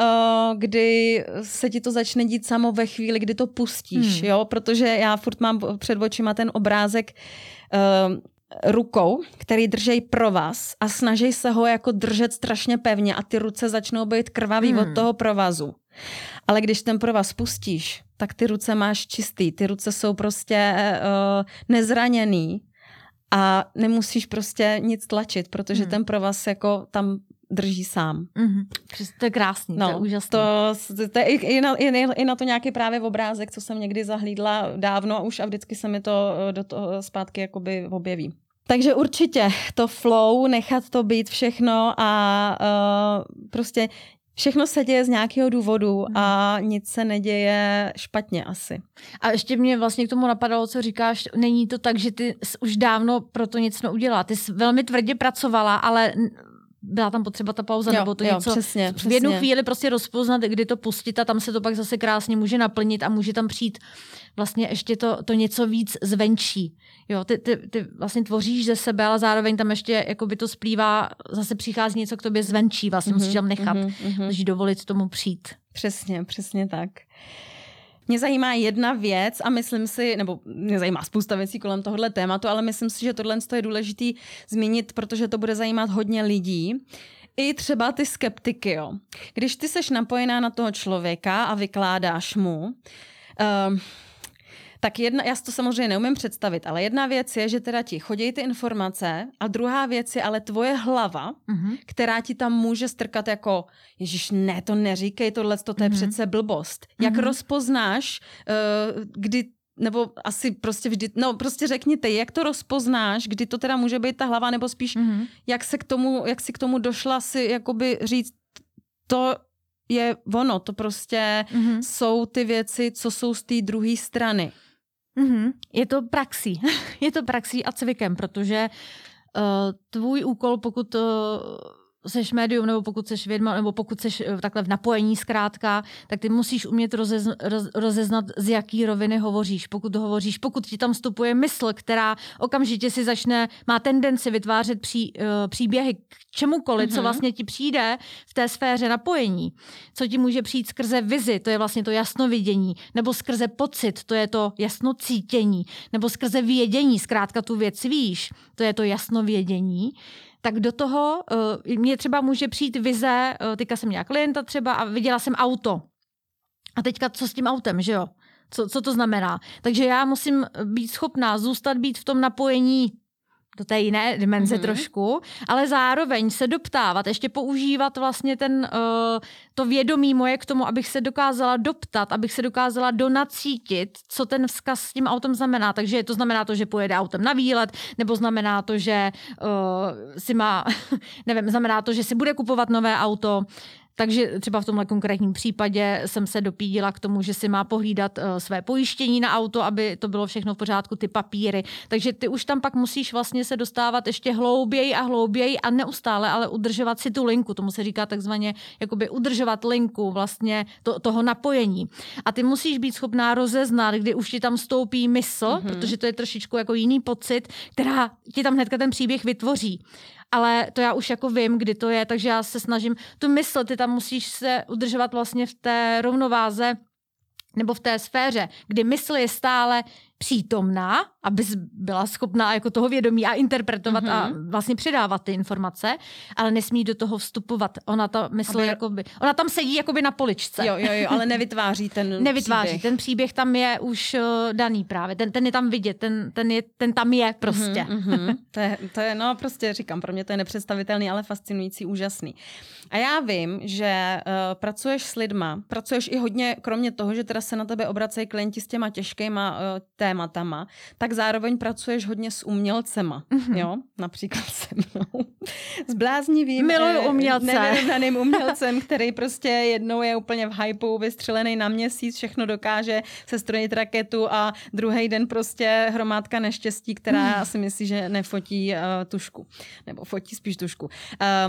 kdy se ti to začne dít samo ve chvíli, kdy to pustíš, hmm. jo? Protože já furt mám před očima ten obrázek uh, rukou, který držej provaz a snaží se ho jako držet strašně pevně a ty ruce začnou být krvavý hmm. od toho provazu. Ale když ten provaz pustíš, tak ty ruce máš čistý. Ty ruce jsou prostě uh, nezraněný a nemusíš prostě nic tlačit, protože hmm. ten provaz jako tam drží sám. Mm-hmm. To je krásný, no, to je úžasný. To, to je i, i, na, i, i na to nějaký právě obrázek, co jsem někdy zahlídla dávno už a vždycky se mi to do toho zpátky jakoby objeví. Takže určitě to flow, nechat to být všechno a uh, prostě všechno se děje z nějakého důvodu a nic se neděje špatně asi. A ještě mě vlastně k tomu napadalo, co říkáš, není to tak, že ty jsi už dávno pro to nic neudělala. Ty jsi velmi tvrdě pracovala, ale byla tam potřeba ta pauza, jo, nebo to jo, něco přesně, v jednu přesně. chvíli prostě rozpoznat, kdy to pustit a tam se to pak zase krásně může naplnit a může tam přijít vlastně ještě to, to něco víc zvenčí. Jo, ty, ty, ty vlastně tvoříš ze sebe, ale zároveň tam ještě jako by to splývá, zase přichází něco k tobě zvenčí, vlastně mm-hmm, musíš tam nechat, mm-hmm. musíš dovolit tomu přijít. Přesně, přesně tak. Mě zajímá jedna věc a myslím si, nebo mě zajímá spousta věcí kolem tohohle tématu, ale myslím si, že tohle je důležitý zmínit, protože to bude zajímat hodně lidí. I třeba ty skeptiky, jo. Když ty seš napojená na toho člověka a vykládáš mu, um, tak jedna, já si to samozřejmě neumím představit, ale jedna věc je, že teda ti chodí ty informace a druhá věc je ale tvoje hlava, mm-hmm. která ti tam může strkat jako, ježiš, ne, to neříkej, tohle, to je mm-hmm. přece blbost. Mm-hmm. Jak rozpoznáš, uh, kdy, nebo asi prostě vždy, no prostě řekni ty, jak to rozpoznáš, kdy to teda může být ta hlava, nebo spíš, mm-hmm. jak se k tomu, jak si k tomu došla si jakoby říct, to je ono, to prostě mm-hmm. jsou ty věci, co jsou z té druhé strany. Mm-hmm. Je to praxí. Je to praxí a cvikem, protože uh, tvůj úkol, pokud uh, seš médium, nebo pokud seš vědma, nebo pokud seš uh, takhle v napojení zkrátka, tak ty musíš umět rozezn- roz- rozeznat, z jaký roviny hovoříš. Pokud hovoříš, pokud ti tam vstupuje mysl, která okamžitě si začne, má tendenci vytvářet pří, uh, příběhy k čemukoliv, mm-hmm. co vlastně ti přijde v té sféře napojení. Co ti může přijít skrze vizi, to je vlastně to jasnovidění, nebo skrze pocit, to je to jasnocítění, nebo skrze vědění, zkrátka tu věc víš, to je to jasnovědění. Tak do toho uh, mě třeba může přijít vize, uh, teďka jsem měla klienta třeba a viděla jsem auto. A teďka co s tím autem, že jo? Co, co to znamená? Takže já musím být schopná zůstat být v tom napojení do té jiné dimenze mm-hmm. trošku, ale zároveň se doptávat, ještě používat vlastně ten, uh, to vědomí moje k tomu, abych se dokázala doptat, abych se dokázala donacítit, co ten vzkaz s tím autem znamená. Takže to znamená to, že pojede autem na výlet, nebo znamená to, že uh, si má, nevím, znamená to, že si bude kupovat nové auto. Takže třeba v tomhle konkrétním případě jsem se dopídila k tomu, že si má pohlídat uh, své pojištění na auto, aby to bylo všechno v pořádku, ty papíry. Takže ty už tam pak musíš vlastně se dostávat ještě hlouběji a hlouběji a neustále, ale udržovat si tu linku. Tomu se říká takzvaně jakoby udržovat linku vlastně to, toho napojení. A ty musíš být schopná rozeznat, kdy už ti tam stoupí mysl, mm-hmm. protože to je trošičku jako jiný pocit, která ti tam hnedka ten příběh vytvoří. Ale to já už jako vím, kdy to je, takže já se snažím tu mysl, ty tam musíš se udržovat vlastně v té rovnováze nebo v té sféře, kdy mysl je stále přítomná, abys byla schopná jako toho vědomí a interpretovat mm-hmm. a vlastně předávat ty informace, ale nesmí do toho vstupovat. Ona ta mysl Aby... jakoby, ona tam sedí jakoby na poličce. Jo, jo, jo, ale nevytváří ten Nevytváří, příběh. ten příběh tam je už uh, daný právě, ten, ten je tam vidět, ten, ten, je, ten tam je prostě. Mm-hmm, mm-hmm. To je, to je, no prostě říkám, pro mě to je nepředstavitelný, ale fascinující, úžasný. A já vím, že uh, pracuješ s lidma, pracuješ i hodně, kromě toho, že teda se na tebe obracejí klienti s těma těžkýma uh, tématama, tak zároveň pracuješ hodně s umělcema, mm-hmm. jo? Například se mnou. S bláznivým, Miluju umělce. nevyrovnaným umělcem, který prostě jednou je úplně v hypeu, vystřelený na měsíc, všechno dokáže sestrojit raketu a druhý den prostě hromádka neštěstí, která si myslí, že nefotí uh, tušku. Nebo fotí spíš tušku. Uh,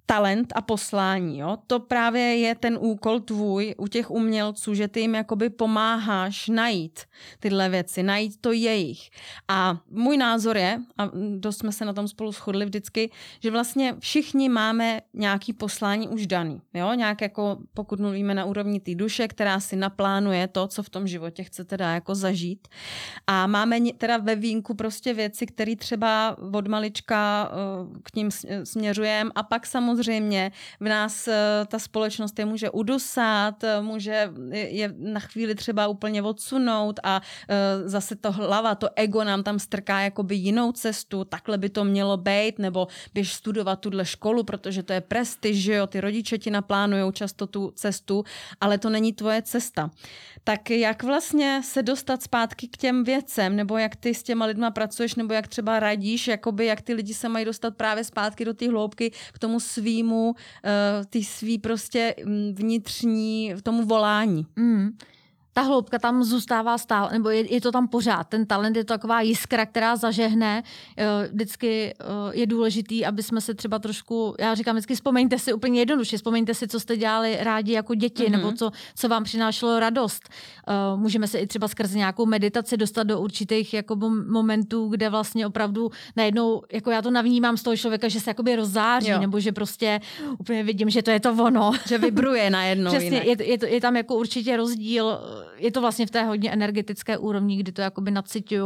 talent a poslání, jo? To právě je ten úkol tvůj u těch umělců, že ty jim jakoby pomáháš najít tyhle věci, najít to jejich. A můj názor je, a dost jsme se na tom spolu shodli vždycky, že vlastně všichni máme nějaký poslání už daný, jo? Nějak jako, pokud mluvíme na úrovni té duše, která si naplánuje to, co v tom životě chce teda jako zažít. A máme teda ve vínku prostě věci, které třeba od malička k ním směřujeme a pak samozřejmě Samozřejmě v nás ta společnost je může udusat, může je na chvíli třeba úplně odsunout a zase to hlava, to ego nám tam strká jakoby jinou cestu, takhle by to mělo být, nebo běž studovat tuhle školu, protože to je prestiž, že jo, ty rodiče ti naplánujou často tu cestu, ale to není tvoje cesta. Tak jak vlastně se dostat zpátky k těm věcem, nebo jak ty s těma lidma pracuješ, nebo jak třeba radíš, jakoby jak ty lidi se mají dostat právě zpátky do té hloubky k tomu svýmu, ty svý prostě vnitřní, tomu volání. Mm. Ta hloubka tam zůstává stále, nebo je, je to tam pořád. Ten talent je to taková jiskra, která zažehne. Vždycky je důležitý, aby jsme se třeba trošku, já říkám vždycky, vzpomeňte si úplně jednoduše, vzpomeňte si, co jste dělali rádi jako děti, mm-hmm. nebo co, co vám přinášelo radost. Můžeme se i třeba skrze nějakou meditaci dostat do určitých jako momentů, kde vlastně opravdu najednou, jako já to navnímám z toho člověka, že se jakoby rozzáří, jo. nebo že prostě úplně vidím, že to je to ono. Že vibruje najednou. Přesně, je, je, to, je tam jako určitě rozdíl. Je to vlastně v té hodně energetické úrovni, kdy to jakoby nacituju. Uh,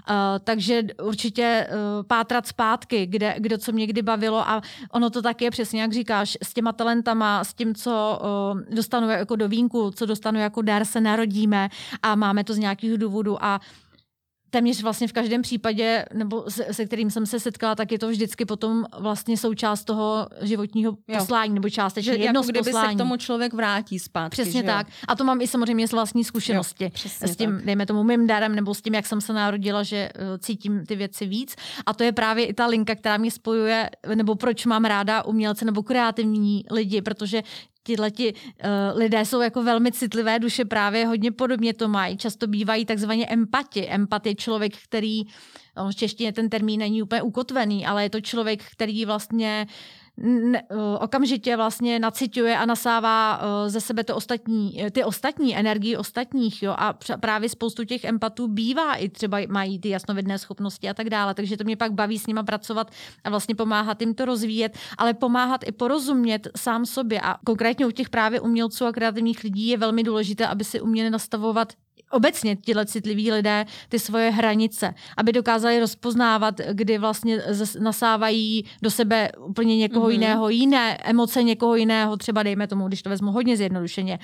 takže určitě uh, pátrat zpátky, kde, kde co mě kdy bavilo a ono to tak je přesně, jak říkáš, s těma talentama, s tím, co uh, dostanu jako do vínku, co dostanu jako dar, se narodíme a máme to z nějakých důvodů a téměř vlastně v každém případě, nebo se, se kterým jsem se setkala, tak je to vždycky potom vlastně součást toho životního jo. poslání, nebo částečně jedno jako z kdyby poslání. se k tomu člověk vrátí zpátky. Přesně tak. A to mám i samozřejmě z vlastní zkušenosti. Jo, s tím, tak. dejme tomu, mým darem, nebo s tím, jak jsem se narodila, že uh, cítím ty věci víc. A to je právě i ta linka, která mě spojuje, nebo proč mám ráda umělce nebo kreativní lidi, protože Tihleti uh, lidé jsou jako velmi citlivé duše, právě hodně podobně to mají. Často bývají takzvaně empati. Empat je člověk, který, no, v češtině ten termín není úplně ukotvený, ale je to člověk, který vlastně ne, uh, okamžitě vlastně naciťuje a nasává uh, ze sebe to ostatní, ty ostatní energii ostatních. Jo? A pr- právě spoustu těch empatů bývá i třeba mají ty jasnovidné schopnosti a tak dále. Takže to mě pak baví s nima pracovat a vlastně pomáhat jim to rozvíjet, ale pomáhat i porozumět sám sobě. A konkrétně u těch právě umělců a kreativních lidí je velmi důležité, aby si uměli nastavovat obecně tihle citliví lidé ty svoje hranice, aby dokázali rozpoznávat, kdy vlastně nasávají do sebe úplně někoho mm-hmm. jiného, jiné emoce někoho jiného, třeba dejme tomu, když to vezmu hodně zjednodušeně,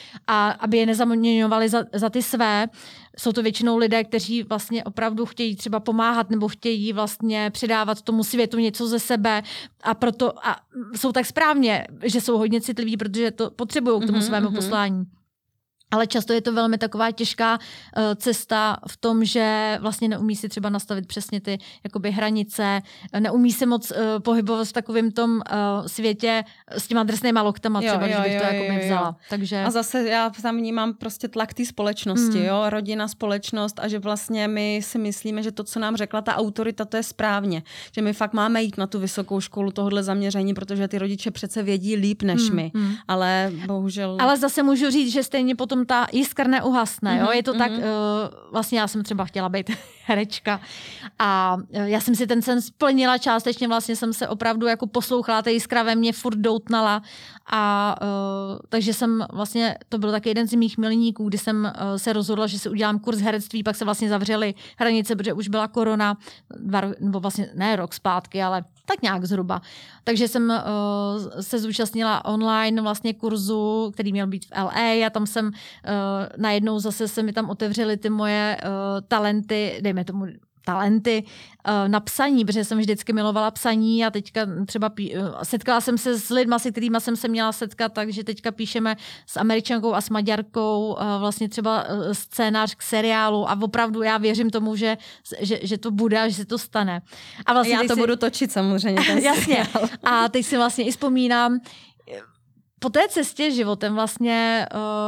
a aby je nezaměňovali za, za ty své. Jsou to většinou lidé, kteří vlastně opravdu chtějí třeba pomáhat nebo chtějí vlastně předávat tomu světu něco ze sebe a proto a jsou tak správně, že jsou hodně citliví, protože to potřebují k tomu mm-hmm. svému poslání. Ale často je to velmi taková těžká uh, cesta v tom, že vlastně neumí si třeba nastavit přesně ty jakoby hranice, neumí se moc uh, pohybovat v takovém tom uh, světě s těma drsnýma loktama třeba, jo, jo, že bych jo, to jo, jakoby vzala. Jo. Takže... A zase já tam vnímám prostě tlak té společnosti, mm. jo, rodina, společnost a že vlastně my si myslíme, že to, co nám řekla ta autorita, to je správně. Že my fakt máme jít na tu vysokou školu tohohle zaměření, protože ty rodiče přece vědí líp než mm. my. Mm. Ale bohužel... Ale zase můžu říct, že stejně potom ta jiskra neuhasne. Jo? Je to mm-hmm. tak, uh, vlastně já jsem třeba chtěla být herečka a já jsem si ten sen splnila částečně, vlastně jsem se opravdu jako poslouchala, ta jiskra ve mně furt doutnala a uh, takže jsem vlastně, to byl taky jeden z mých milníků, kdy jsem uh, se rozhodla, že si udělám kurz herectví, pak se vlastně zavřely hranice, protože už byla korona, dva, nebo vlastně ne rok zpátky, ale tak nějak zhruba. Takže jsem uh, se zúčastnila online vlastně kurzu, který měl být v L A a tam jsem uh, najednou zase se mi tam otevřely ty moje uh, talenty, dejme tomu talenty uh, na psaní, protože jsem vždycky milovala psaní a teďka třeba pí, uh, setkala jsem se s lidma, se kterýma jsem se měla setkat, takže teďka píšeme s Američankou a s Maďarkou uh, vlastně třeba uh, scénář k seriálu a opravdu já věřím tomu, že, že, že to bude a že se to stane. A vlastně já to si... budu točit samozřejmě. Ten Jasně. A teď si vlastně i vzpomínám, po té cestě životem vlastně uh,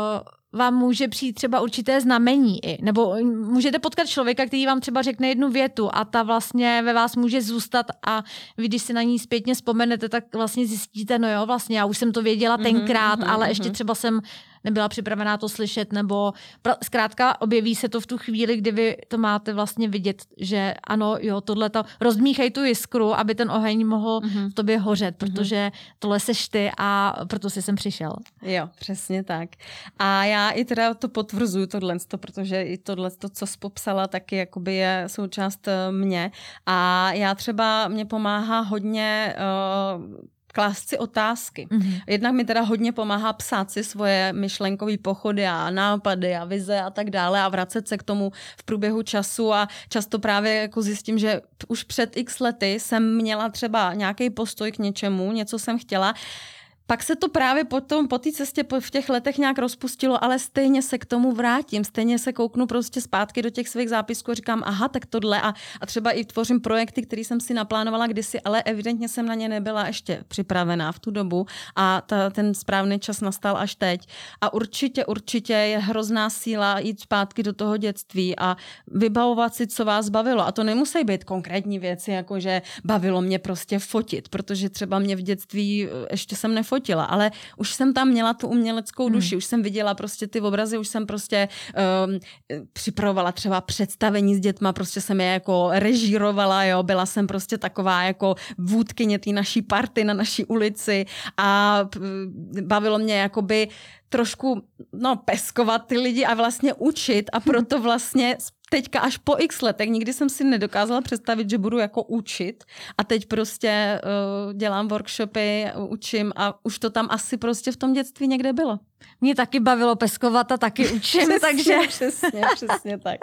vám může přijít třeba určité znamení i, nebo můžete potkat člověka, který vám třeba řekne jednu větu a ta vlastně ve vás může zůstat a vy, když si na ní zpětně vzpomenete, tak vlastně zjistíte, no jo, vlastně já už jsem to věděla tenkrát, mm-hmm, ale mm-hmm. ještě třeba jsem nebyla připravená to slyšet, nebo zkrátka objeví se to v tu chvíli, kdy vy to máte vlastně vidět, že ano, jo, tohle to, rozdmíchej tu jiskru, aby ten oheň mohl mm-hmm. v tobě hořet, protože tohle seš ty a proto jsi sem přišel. Jo, přesně tak. A já i teda to potvrzuju tohle, protože i tohle, co jsi popsala, taky jakoby je součást mě. A já třeba, mě pomáhá hodně uh, klást si otázky. Mm-hmm. Jednak mi teda hodně pomáhá psát si svoje myšlenkové pochody a nápady a vize a tak dále a vracet se k tomu v průběhu času a často právě jako zjistím, že už před x lety jsem měla třeba nějaký postoj k něčemu, něco jsem chtěla. Pak se to právě potom, po té cestě v těch letech nějak rozpustilo, ale stejně se k tomu vrátím, stejně se kouknu prostě zpátky do těch svých zápisků a říkám, aha, tak tohle a, a třeba i tvořím projekty, které jsem si naplánovala kdysi, ale evidentně jsem na ně nebyla ještě připravená v tu dobu a ta, ten správný čas nastal až teď. A určitě, určitě je hrozná síla jít zpátky do toho dětství a vybavovat si, co vás bavilo. A to nemusí být konkrétní věci, jako že bavilo mě prostě fotit, protože třeba mě v dětství ještě jsem nefotil. Ale už jsem tam měla tu uměleckou duši, hmm. už jsem viděla prostě ty obrazy, už jsem prostě um, připravovala třeba představení s dětma, prostě jsem je jako režírovala, jo, byla jsem prostě taková jako vůdkyně té naší party na naší ulici a bavilo mě jakoby trošku, no, peskovat ty lidi a vlastně učit a proto vlastně teďka až po x letech, nikdy jsem si nedokázala představit, že budu jako učit a teď prostě uh, dělám workshopy, učím a už to tam asi prostě v tom dětství někde bylo. Mě taky bavilo peskovat a taky učím, přesně, takže... Přesně, přesně tak.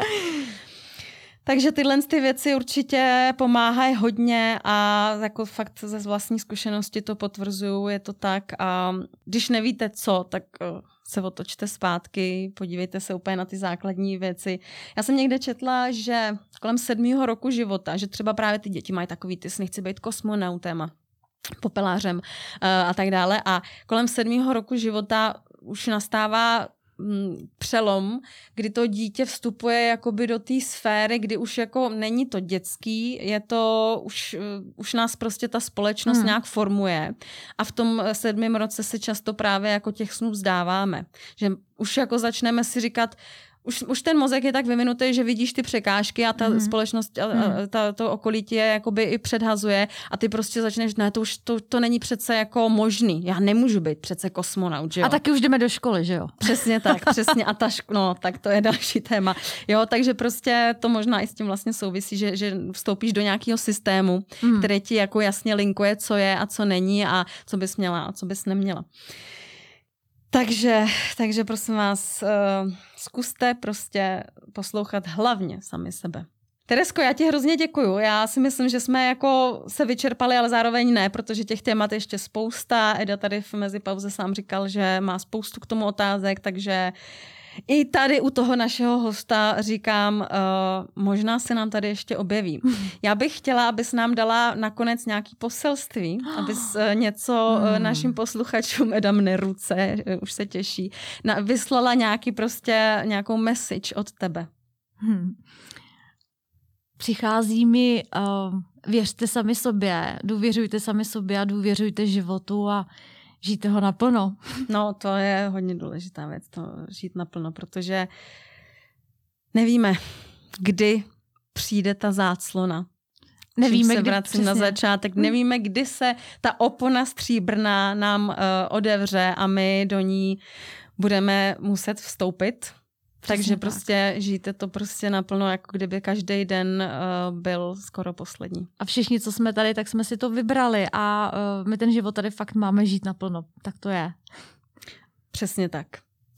Takže tyhle ty věci určitě pomáhají hodně a jako fakt ze vlastní zkušenosti to potvrzuju, je to tak a když nevíte co, tak se otočte zpátky, podívejte se úplně na ty základní věci. Já jsem někde četla, že kolem sedmého roku života, že třeba právě ty děti mají takový ty sny, chci být kosmonautem a popelářem a tak dále a kolem sedmého roku života už nastává přelom, kdy to dítě vstupuje jakoby do té sféry, kdy už jako není to dětský, je to, už, už nás prostě ta společnost hmm. nějak formuje a v tom sedmém roce se často právě jako těch snů vzdáváme. Že už jako začneme si říkat, Už, už ten mozek je tak vyvinutý, že vidíš ty překážky a ta mm. společnost, a, a ta, to okolí tě jakoby i předhazuje a ty prostě začneš, ne, to už to, to není přece jako možný. Já nemůžu být přece kosmonaut, že jo. A taky už jdeme do školy, že jo. Přesně tak, přesně. A ta šk- no, tak to je další téma. Jo, takže prostě to možná i s tím vlastně souvisí, že, že vstoupíš do nějakého systému, mm. který ti jako jasně linkuje, co je a co není a co bys měla a co bys neměla. Takže, takže prosím vás, uh, zkuste prostě poslouchat hlavně sami sebe. Teresko, já ti hrozně děkuju. Já si myslím, že jsme jako se vyčerpali, ale zároveň ne, protože těch témat je ještě spousta. Eda tady v mezipauze sám říkal, že má spoustu k tomu otázek, takže i tady u toho našeho hosta říkám, uh, možná se nám tady ještě objeví. Já bych chtěla, abys nám dala nakonec nějaký poselství, abys uh, něco uh, našim posluchačům, Eda mne ruce, uh, už se těší, na, vyslala nějaký prostě nějakou message od tebe. Hmm. Přichází mi, uh, věřte sami sobě, důvěřujte sami sobě a důvěřujte životu a žijte ho naplno. No, to je hodně důležitá věc, to žít naplno, protože nevíme, kdy přijde ta záclona. Nevíme, se kdy vracím přesně. Na začátek. Nevíme, kdy se ta opona stříbrná nám uh, odevře a my do ní budeme muset vstoupit. Přesně Takže tak. Prostě žijte to prostě naplno, jako kdyby každý den uh, byl skoro poslední. A všichni, co jsme tady, tak jsme si to vybrali a uh, my ten život tady fakt máme žít naplno. Tak to je. Přesně tak.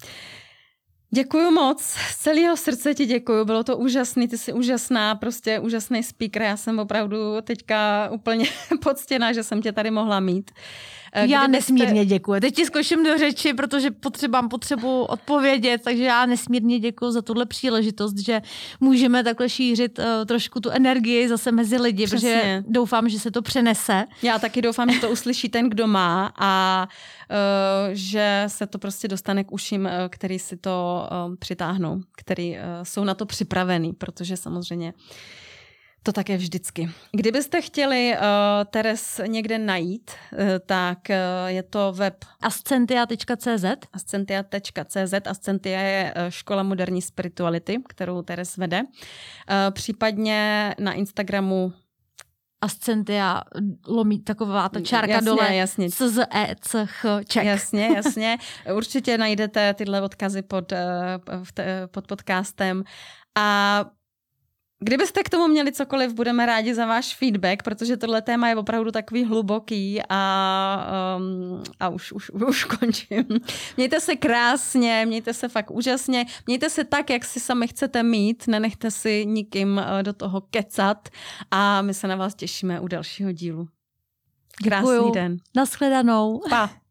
Děkuju moc, z celého srdce ti děkuju, bylo to úžasný, ty jsi úžasná, prostě úžasný speaker, já jsem opravdu teďka úplně poctěná, že jsem tě tady mohla mít. Já nesmírně děkuji. Teď ti skočím do řeči, protože potřebám potřebu odpovědět, takže já nesmírně děkuji za tuhle příležitost, že můžeme takhle šířit uh, trošku tu energii zase mezi lidi, Přesně. protože doufám, že se to přenese. Já taky doufám, že to uslyší ten, kdo má a uh, že se to prostě dostane k uším, uh, který si to uh, přitáhnou, který uh, jsou na to připravený, protože samozřejmě to tak je vždycky. Kdybyste chtěli uh, Teres někde najít, uh, tak uh, je to web ascentia tečka cé zet. ascentia tečka cé zet. Ascentia je uh, škola moderní spirituality, kterou Teres vede. Uh, případně na Instagramu Ascentia lomí taková ta čárka jasně, dole. Jasně. C Z E C H ček. Jasně, jasně. Určitě najdete tyhle odkazy pod, pod podcastem. A kdybyste k tomu měli cokoliv, budeme rádi za váš feedback, protože tohle téma je opravdu takový hluboký a, um, a už, už, už končím. Mějte se krásně, mějte se fakt úžasně, mějte se tak, jak si sami chcete mít, nenechte si nikým do toho kecat a my se na vás těšíme u dalšího dílu. Krásný Děkuju. den. Nashledanou. Pa.